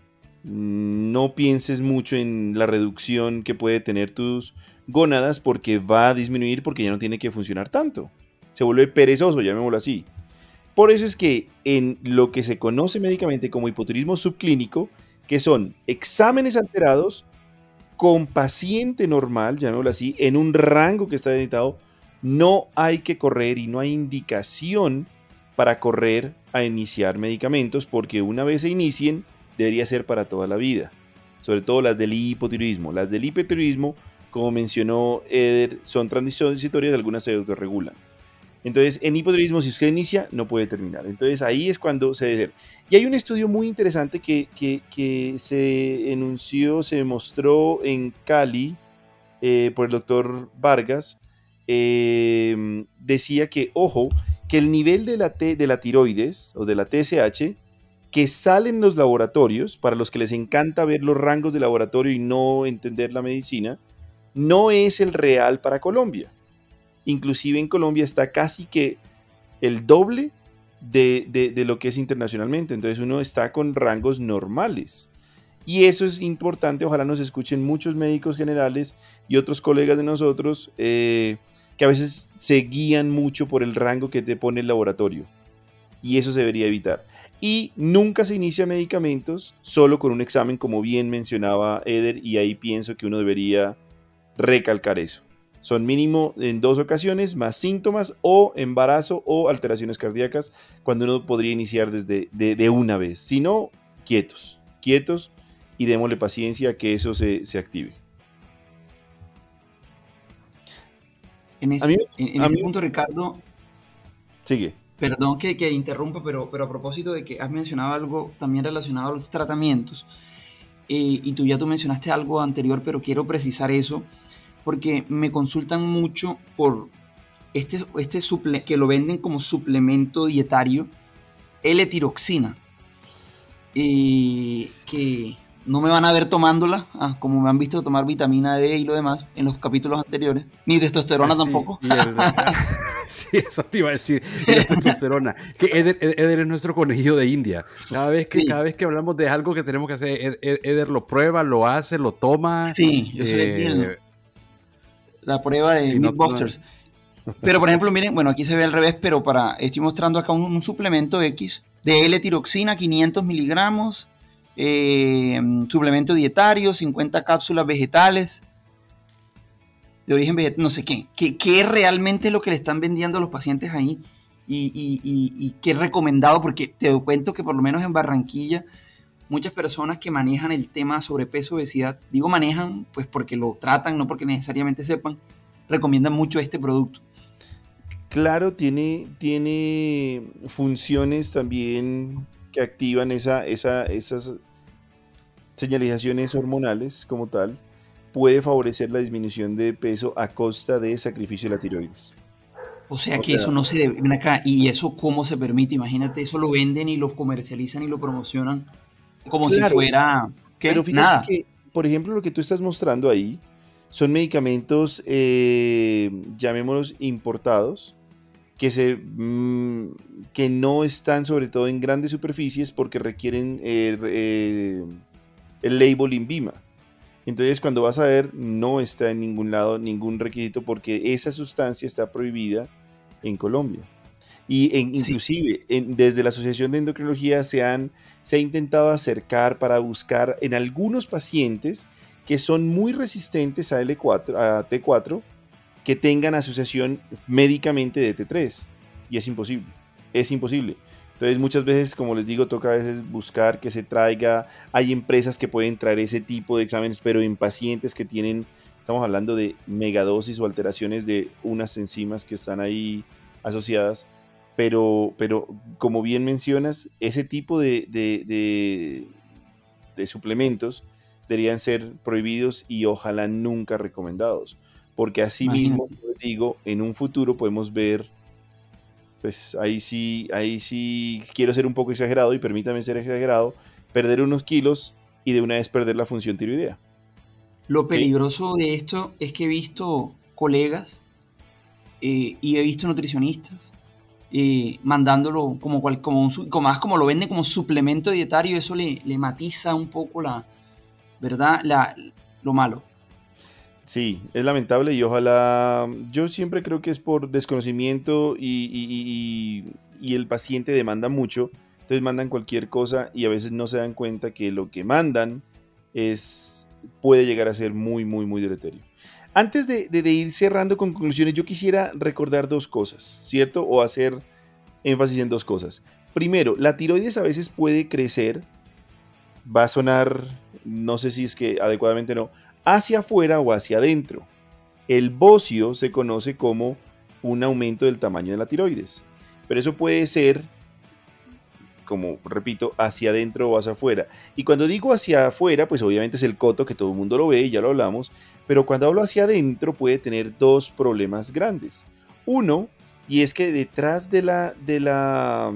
Speaker 1: no pienses mucho en la reducción que puede tener tus gónadas, porque va a disminuir, porque ya no tiene que funcionar tanto. Se vuelve perezoso, llamémoslo así. Por eso es que en lo que se conoce médicamente como hipotiroidismo subclínico, que son exámenes alterados con paciente normal, llamémoslo así, en un rango que está delimitado, no hay que correr y no hay indicación para correr a iniciar medicamentos, porque una vez se inicien, debería ser para toda la vida, sobre todo las del hipotiroidismo. Las del hipotiroidismo, como mencionó Eder, son transitorias, algunas se autorregulan. Entonces, en hipotiroidismo, si usted inicia, no puede terminar. Entonces, ahí es cuando se debe hacer. Y hay un estudio muy interesante que, que, que se enunció, se mostró en Cali eh, por el doctor Vargas. Eh, decía que, ojo, que el nivel de la, T, de la tiroides o de la T S H que salen en los laboratorios, para los que les encanta ver los rangos de laboratorio y no entender la medicina, no es el real para Colombia. Inclusive en Colombia está casi que el doble de, de, de lo que es internacionalmente. Entonces uno está con rangos normales. Y eso es importante. Ojalá nos escuchen muchos médicos generales y otros colegas de nosotros eh, que a veces se guían mucho por el rango que te pone el laboratorio. Y eso se debería evitar. Y nunca se inicia medicamentos solo con un examen, como bien mencionaba Eder, y ahí pienso que uno debería recalcar eso. Son mínimo en dos ocasiones, más síntomas o embarazo o alteraciones cardíacas, cuando uno podría iniciar desde de, de una vez. Si no, quietos, quietos y démosle paciencia a que eso se, se active.
Speaker 2: En ese, mí, en, en ese mí, punto, Ricardo,
Speaker 1: sigue.
Speaker 2: Perdón que, que interrumpa, pero, pero a propósito de que has mencionado algo también relacionado a los tratamientos, eh, y tú ya tú mencionaste algo anterior, pero quiero precisar eso, porque me consultan mucho por este, este suple, que lo venden como suplemento dietario, L-tiroxina, eh, que no me van a ver tomándola, ah, como me han visto tomar vitamina D y lo demás en los capítulos anteriores, ni testosterona ah, sí, tampoco.
Speaker 3: El, sí, eso te iba a decir, y la testosterona. Que Eder, Eder es nuestro conejillo de India. Cada vez que, sí. cada vez que hablamos de algo que tenemos que hacer, Eder, Eder lo prueba, lo hace, lo toma.
Speaker 2: Sí, yo soy eh, bien. La prueba de sí, Mythbusters. No, pero por ejemplo, miren, bueno, aquí se ve al revés, pero para estoy mostrando acá un, un suplemento X de L-tiroxina, quinientos miligramos. Eh, suplemento dietario, cincuenta cápsulas vegetales de origen vegetal, no sé qué, qué, qué es realmente lo que le están vendiendo a los pacientes ahí y, y, y, y qué es recomendado, porque te cuento que por lo menos en Barranquilla muchas personas que manejan el tema sobrepeso, obesidad, digo manejan pues porque lo tratan, no porque necesariamente sepan, recomiendan mucho este producto.
Speaker 1: Claro, tiene, tiene funciones también que activan esa, esa, esas señalizaciones hormonales como tal. Puede favorecer la disminución de peso a costa de sacrificio de la tiroides.
Speaker 2: O sea o que sea, eso no se debe, ven acá, y eso cómo se permite, imagínate, eso lo venden y lo comercializan y lo promocionan como claro, si fuera, ¿qué?
Speaker 1: Pero fíjate
Speaker 2: Nada.
Speaker 1: que, por ejemplo, lo que tú estás mostrando ahí son medicamentos, eh, llamémoslos importados, que, se, mmm, que no están sobre todo en grandes superficies porque requieren eh, eh, el label INVIMA. Entonces cuando vas a ver no está en ningún lado ningún requisito porque esa sustancia está prohibida en Colombia. Y en, inclusive sí. en, desde la Asociación de Endocrinología se, han, se ha intentado acercar para buscar en algunos pacientes que son muy resistentes a, L cuatro, a T cuatro, que tengan asociación médicamente de T tres. Y es imposible, es imposible. Entonces muchas veces, como les digo, toca a veces buscar que se traiga. Hay empresas que pueden traer ese tipo de exámenes, pero en pacientes que tienen, estamos hablando de megadosis o alteraciones de unas enzimas que están ahí asociadas. Pero, pero como bien mencionas, ese tipo de, de, de, de suplementos deberían ser prohibidos y ojalá nunca recomendados. Porque así mismo,
Speaker 2: Imagínate.
Speaker 1: les digo, en un futuro podemos ver, pues ahí sí, ahí sí quiero ser un poco exagerado y permítame ser exagerado, perder unos kilos y de una vez perder la función tiroidea.
Speaker 2: Lo
Speaker 1: ¿Sí?
Speaker 2: peligroso de esto es que he visto colegas eh, y he visto nutricionistas eh, mandándolo como, cual, como, un, su- como más como lo venden como suplemento dietario, eso le, le matiza un poco la, ¿verdad? La, lo malo.
Speaker 1: Sí, es lamentable y ojalá, yo siempre creo que es por desconocimiento y, y- y- y el paciente demanda mucho, entonces mandan cualquier cosa y a veces no se dan cuenta que lo que mandan es, puede llegar a ser muy, muy, muy deleterio. Antes de, de- de ir cerrando con conclusiones, yo quisiera recordar dos cosas, ¿cierto? O hacer énfasis en dos cosas. Primero, la tiroides a veces puede crecer, va a sonar, no sé si es que adecuadamente no, hacia afuera o hacia adentro. El bocio se conoce como un aumento del tamaño de la tiroides, pero eso puede ser, como repito, hacia adentro o hacia afuera. Y cuando digo hacia afuera, pues obviamente es el coto que todo el mundo lo ve y ya lo hablamos, pero cuando hablo hacia adentro puede tener dos problemas grandes. Uno, y es que detrás de la, de la,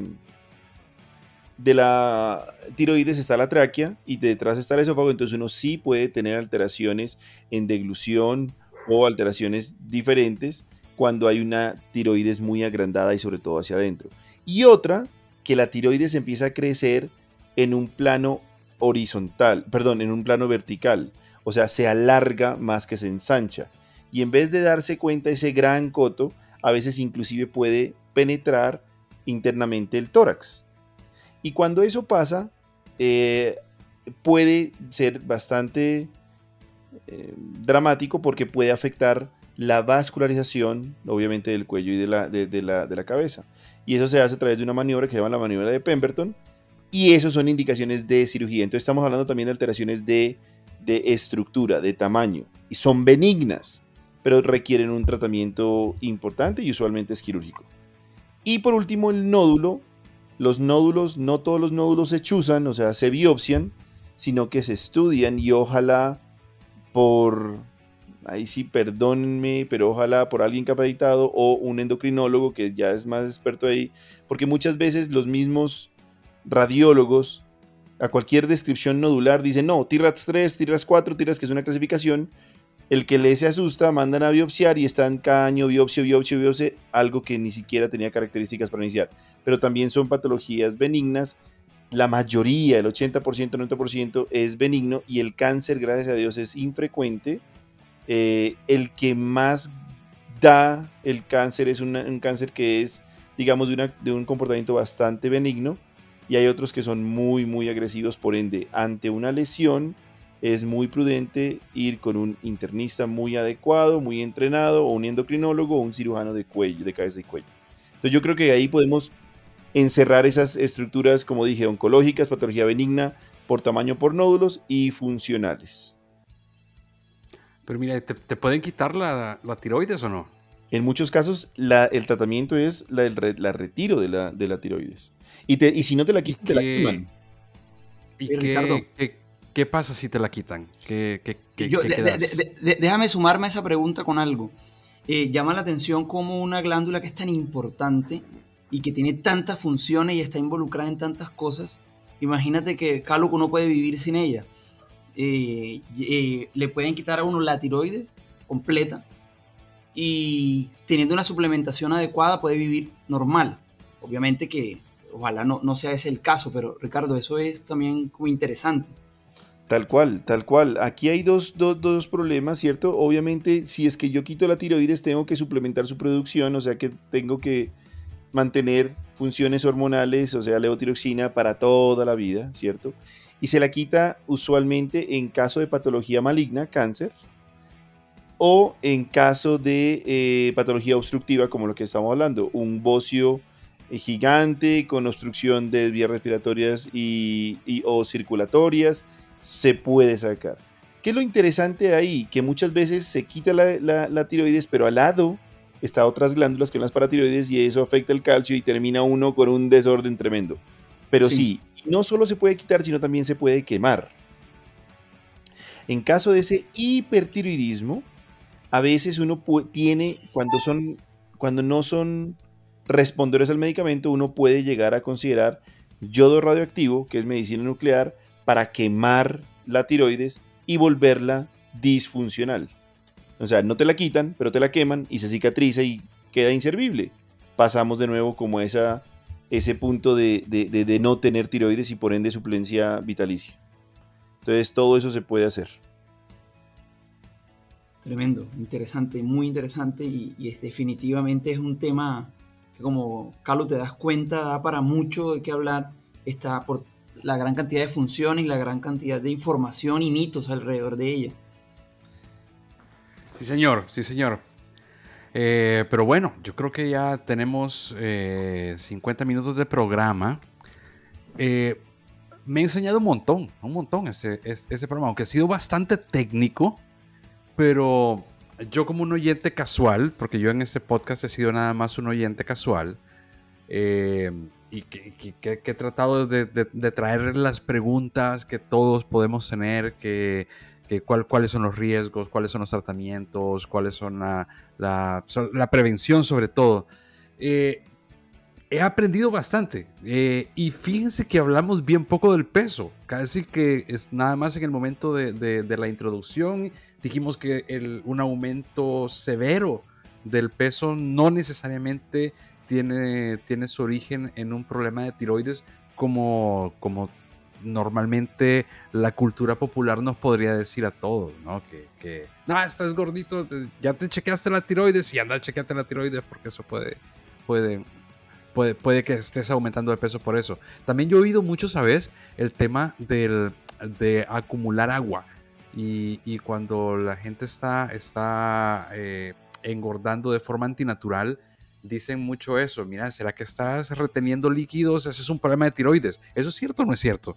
Speaker 1: de la tiroides está la tráquea y detrás está el esófago, entonces uno sí puede tener alteraciones en deglución o alteraciones diferentes cuando hay una tiroides muy agrandada y sobre todo hacia adentro. Y otra, que la tiroides empieza a crecer en un plano horizontal, perdón, en un plano vertical, o sea, se alarga más que se ensancha. Y en vez de darse cuenta ese gran coto, a veces inclusive puede penetrar internamente el tórax. Y cuando eso pasa, eh, puede ser bastante eh, dramático porque puede afectar la vascularización, obviamente, del cuello y de la, de, de la, de la cabeza. Y eso se hace a través de una maniobra que se llama la maniobra de Pemberton. Y eso son indicaciones de cirugía. Entonces estamos hablando también de alteraciones de, de estructura, de tamaño. Y son benignas, pero requieren un tratamiento importante y usualmente es quirúrgico. Y por último, el nódulo. Los nódulos, no todos los nódulos se chuzan, o sea, se biopsian, sino que se estudian y ojalá por, ahí sí, perdónenme, pero ojalá por alguien capacitado o un endocrinólogo que ya es más experto ahí, porque muchas veces los mismos radiólogos a cualquier descripción nodular dicen, no, T RADS tres, T RADS cuatro, T RADS que es una clasificación. El que le se asusta, mandan a biopsiar y están cada año biopsia, biopsia, biopsia, algo que ni siquiera tenía características para iniciar. Pero también son patologías benignas. La mayoría, el ochenta por ciento, noventa por ciento es benigno y el cáncer, gracias a Dios, es infrecuente. Eh, el que más da el cáncer es una, un cáncer que es, digamos, de, una, de un comportamiento bastante benigno y hay otros que son muy, muy agresivos. Por ende, ante una lesión, es muy prudente ir con un internista muy adecuado, muy entrenado, o un endocrinólogo o un cirujano de cuello, de cabeza y cuello. Entonces yo creo que ahí podemos encerrar esas estructuras, como dije, oncológicas, patología benigna, por tamaño, por nódulos y funcionales.
Speaker 3: Pero mira, ¿te, te pueden quitar la, la tiroides o no?
Speaker 1: En muchos casos la, el tratamiento es la, el re, la retiro de la, de la tiroides. Y, te, y si no te la
Speaker 3: ¿Y
Speaker 1: quitan, te la
Speaker 3: qué,
Speaker 1: queman.
Speaker 3: y
Speaker 2: Eh, Ricardo,
Speaker 3: qué, qué, qué pasa si te la quitan? ¿Qué, qué, qué,
Speaker 2: yo,
Speaker 3: qué
Speaker 2: de- de-
Speaker 3: quedas?
Speaker 2: de- de- déjame sumarme a esa pregunta con algo. Eh, llama la atención cómo una glándula que es tan importante y que tiene tantas funciones y está involucrada en tantas cosas, imagínate que Cáluco no puede vivir sin ella. Eh, eh, le pueden quitar a uno la tiroides completa y teniendo una suplementación adecuada puede vivir normal. Obviamente que ojalá no, no sea ese el caso, pero Ricardo, eso es también muy interesante.
Speaker 1: Tal cual, tal cual. Aquí hay dos, dos, dos problemas, ¿cierto? Obviamente, si es que yo quito la tiroides, tengo que suplementar su producción, o sea que tengo que mantener funciones hormonales, o sea, levotiroxina para toda la vida, ¿cierto? y se la quita usualmente en caso de patología maligna, cáncer, o en caso de eh, patología obstructiva, como lo que estamos hablando, un bocio eh, gigante con obstrucción de vías respiratorias y, y, o circulatorias, se puede sacar. ¿Qué es lo interesante ahí? Que muchas veces se quita la, la, la tiroides, pero al lado está otras glándulas que son las paratiroides y eso afecta el calcio y termina uno con un desorden tremendo. Pero sí, sí no solo se puede quitar, sino también se puede quemar. En caso de ese hipertiroidismo, a veces uno tiene, cuando, son, cuando no son respondedores al medicamento, uno puede llegar a considerar yodo radioactivo, que es medicina nuclear, para quemar la tiroides y volverla disfuncional. O sea, no te la quitan, pero te la queman y se cicatriza y queda inservible. Pasamos de nuevo como esa, ese punto de, de, de, de no tener tiroides y por ende suplencia vitalicia. Entonces todo eso se puede hacer.
Speaker 2: Tremendo, interesante, muy interesante y, y es, definitivamente es un tema que, como Carlos te das cuenta, da para mucho de qué hablar. Está por la gran cantidad de funciones y la gran cantidad de información y mitos alrededor de ella.
Speaker 3: Sí, señor, sí, señor. Eh, pero bueno, yo creo que ya tenemos eh, cincuenta minutos de programa. Eh, me ha enseñado un montón, un montón este, este, este programa, aunque ha sido bastante técnico. Pero yo como un oyente casual, porque yo en este podcast he sido nada más un oyente casual, eh, y que, que, que he tratado de, de, de traer las preguntas que todos podemos tener, que, que cuál, cuáles son los riesgos, cuáles son los tratamientos, cuáles son la, la, la prevención sobre todo. Eh, he aprendido bastante eh, y fíjense que hablamos bien poco del peso, casi que es nada más en el momento de, de, de la introducción. Dijimos que el, un aumento severo del peso no necesariamente tiene, tiene su origen en un problema de tiroides como, como normalmente la cultura popular nos podría decir a todos, ¿no? Que, que no, estás gordito, ya te chequeaste la tiroides y anda a chequearte la tiroides porque eso puede, puede, puede, puede que estés aumentando de peso por eso. También yo he oído mucho, ¿sabes? El tema del, de acumular agua. Y, y cuando la gente está, está eh, engordando de forma antinatural, dicen mucho eso. Mira, ¿será que estás reteniendo líquidos? Ese es un problema de tiroides. ¿Eso es cierto o no es cierto?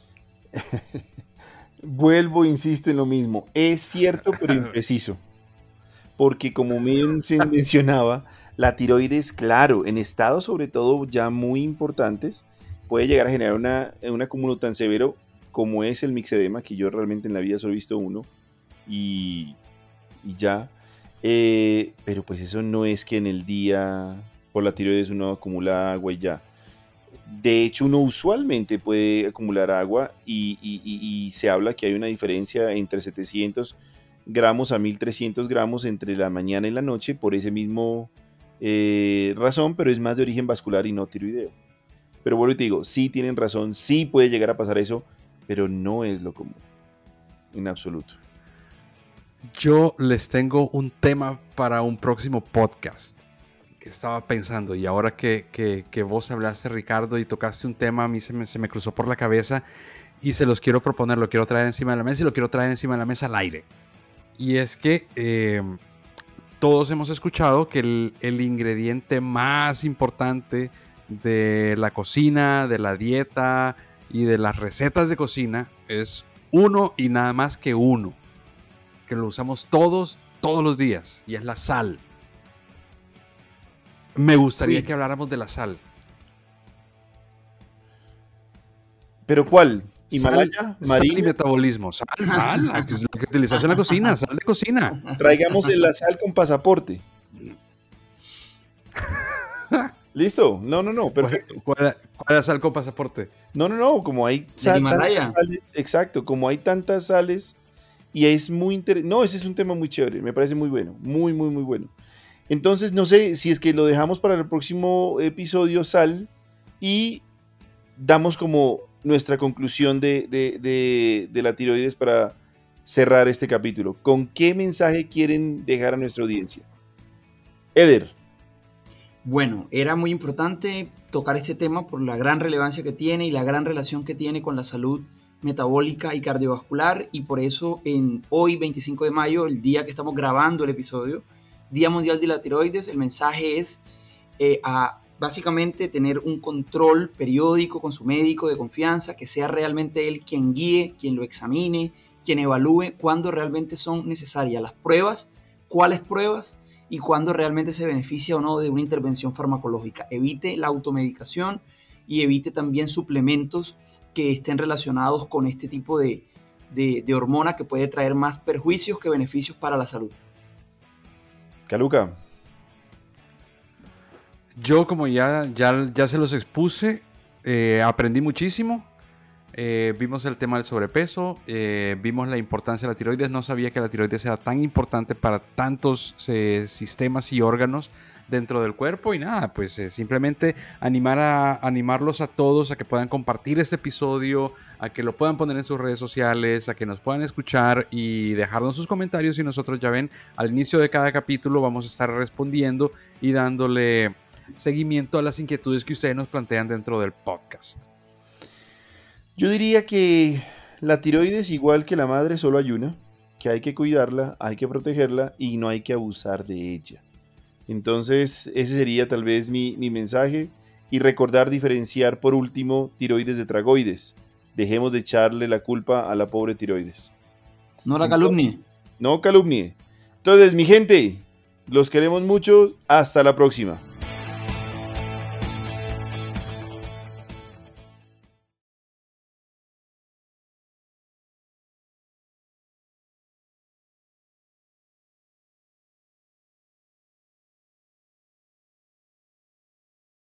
Speaker 1: Vuelvo, insisto en lo mismo. Es cierto, pero impreciso. Porque como men mencionaba, la tiroides, claro, en estados sobre todo ya muy importantes, puede llegar a generar una, un acúmulo tan severo como es el mixedema, que yo realmente en la vida solo he visto uno, y, y ya. Eh, pero pues eso no es que en el día por la tiroides uno acumula agua y ya. De hecho, uno usualmente puede acumular agua y, y, y, y se habla que hay una diferencia entre setecientos gramos a mil trescientos gramos entre la mañana y la noche por ese mismo eh, razón, pero es más de origen vascular y no tiroideo. Pero vuelvo y te digo, sí tienen razón, sí puede llegar a pasar eso, pero no es lo común, en absoluto.
Speaker 3: Yo les tengo un tema para un próximo podcast que estaba pensando, y ahora que, que, que vos hablaste, Ricardo, y tocaste un tema, a mí se me, se me cruzó por la cabeza y se los quiero proponer, lo quiero traer encima de la mesa y lo quiero traer encima de la mesa al aire. Y es que eh, todos hemos escuchado que el, el ingrediente más importante de la cocina, de la dieta y de las recetas de cocina es uno y nada más que uno, que lo usamos todos, todos los días, y es la sal. Me gustaría sí. que habláramos de la sal.
Speaker 1: ¿Pero cuál?
Speaker 3: ¿Himalaya? Sal, sal y metabolismo. Sal, sal, la que, la que utilizas en la cocina, sal de cocina.
Speaker 1: Traigamos la sal con pasaporte. ¿Listo? No, no, no, perfecto.
Speaker 3: ¿Cuál, cuál, cuál es la sal con pasaporte?
Speaker 1: No, no, no, como hay sal, tantas sales, exacto, como hay tantas sales y es muy interesante. No, ese es un tema muy chévere, me parece muy bueno, muy, muy, muy bueno. Entonces, no sé si es que lo dejamos para el próximo episodio, sal, y damos como nuestra conclusión de, de, de, de la tiroides para cerrar este capítulo. ¿Con qué mensaje quieren dejar a nuestra audiencia? Eder.
Speaker 2: Bueno, era muy importante tocar este tema por la gran relevancia que tiene y la gran relación que tiene con la salud metabólica y cardiovascular, y por eso en hoy, veinticinco de mayo, el día que estamos grabando el episodio, Día Mundial de la Tiroides, el mensaje es eh, a básicamente tener un control periódico con su médico de confianza, que sea realmente él quien guíe, quien lo examine, quien evalúe cuándo realmente son necesarias las pruebas, cuáles pruebas y cuándo realmente se beneficia o no de una intervención farmacológica. Evite la automedicación y evite también suplementos que estén relacionados con este tipo de, de, de hormona que puede traer más perjuicios que beneficios para la salud.
Speaker 1: Caluca.
Speaker 3: Yo, como ya, ya, ya se los expuse, eh, aprendí muchísimo. Eh, vimos el tema del sobrepeso, eh, vimos la importancia de la tiroides. No sabía que la tiroides era tan importante para tantos eh, sistemas y órganos dentro del cuerpo. Y nada, pues eh, simplemente animar a, animarlos a todos a que puedan compartir este episodio, a que lo puedan poner en sus redes sociales, a que nos puedan escuchar y dejarnos sus comentarios. Y nosotros, ya ven, al inicio de cada capítulo vamos a estar respondiendo y dándole seguimiento a las inquietudes que ustedes nos plantean dentro del podcast.
Speaker 1: Yo diría que la tiroides, igual que la madre, solo hay una, que hay que cuidarla, hay que protegerla y no hay que abusar de ella. Entonces ese sería tal vez mi, mi mensaje, y recordar diferenciar por último tiroides de tragoides. Dejemos de echarle la culpa a la pobre tiroides.
Speaker 2: No la calumnie.
Speaker 1: No calumnie. Entonces, mi gente, los queremos mucho. Hasta la próxima.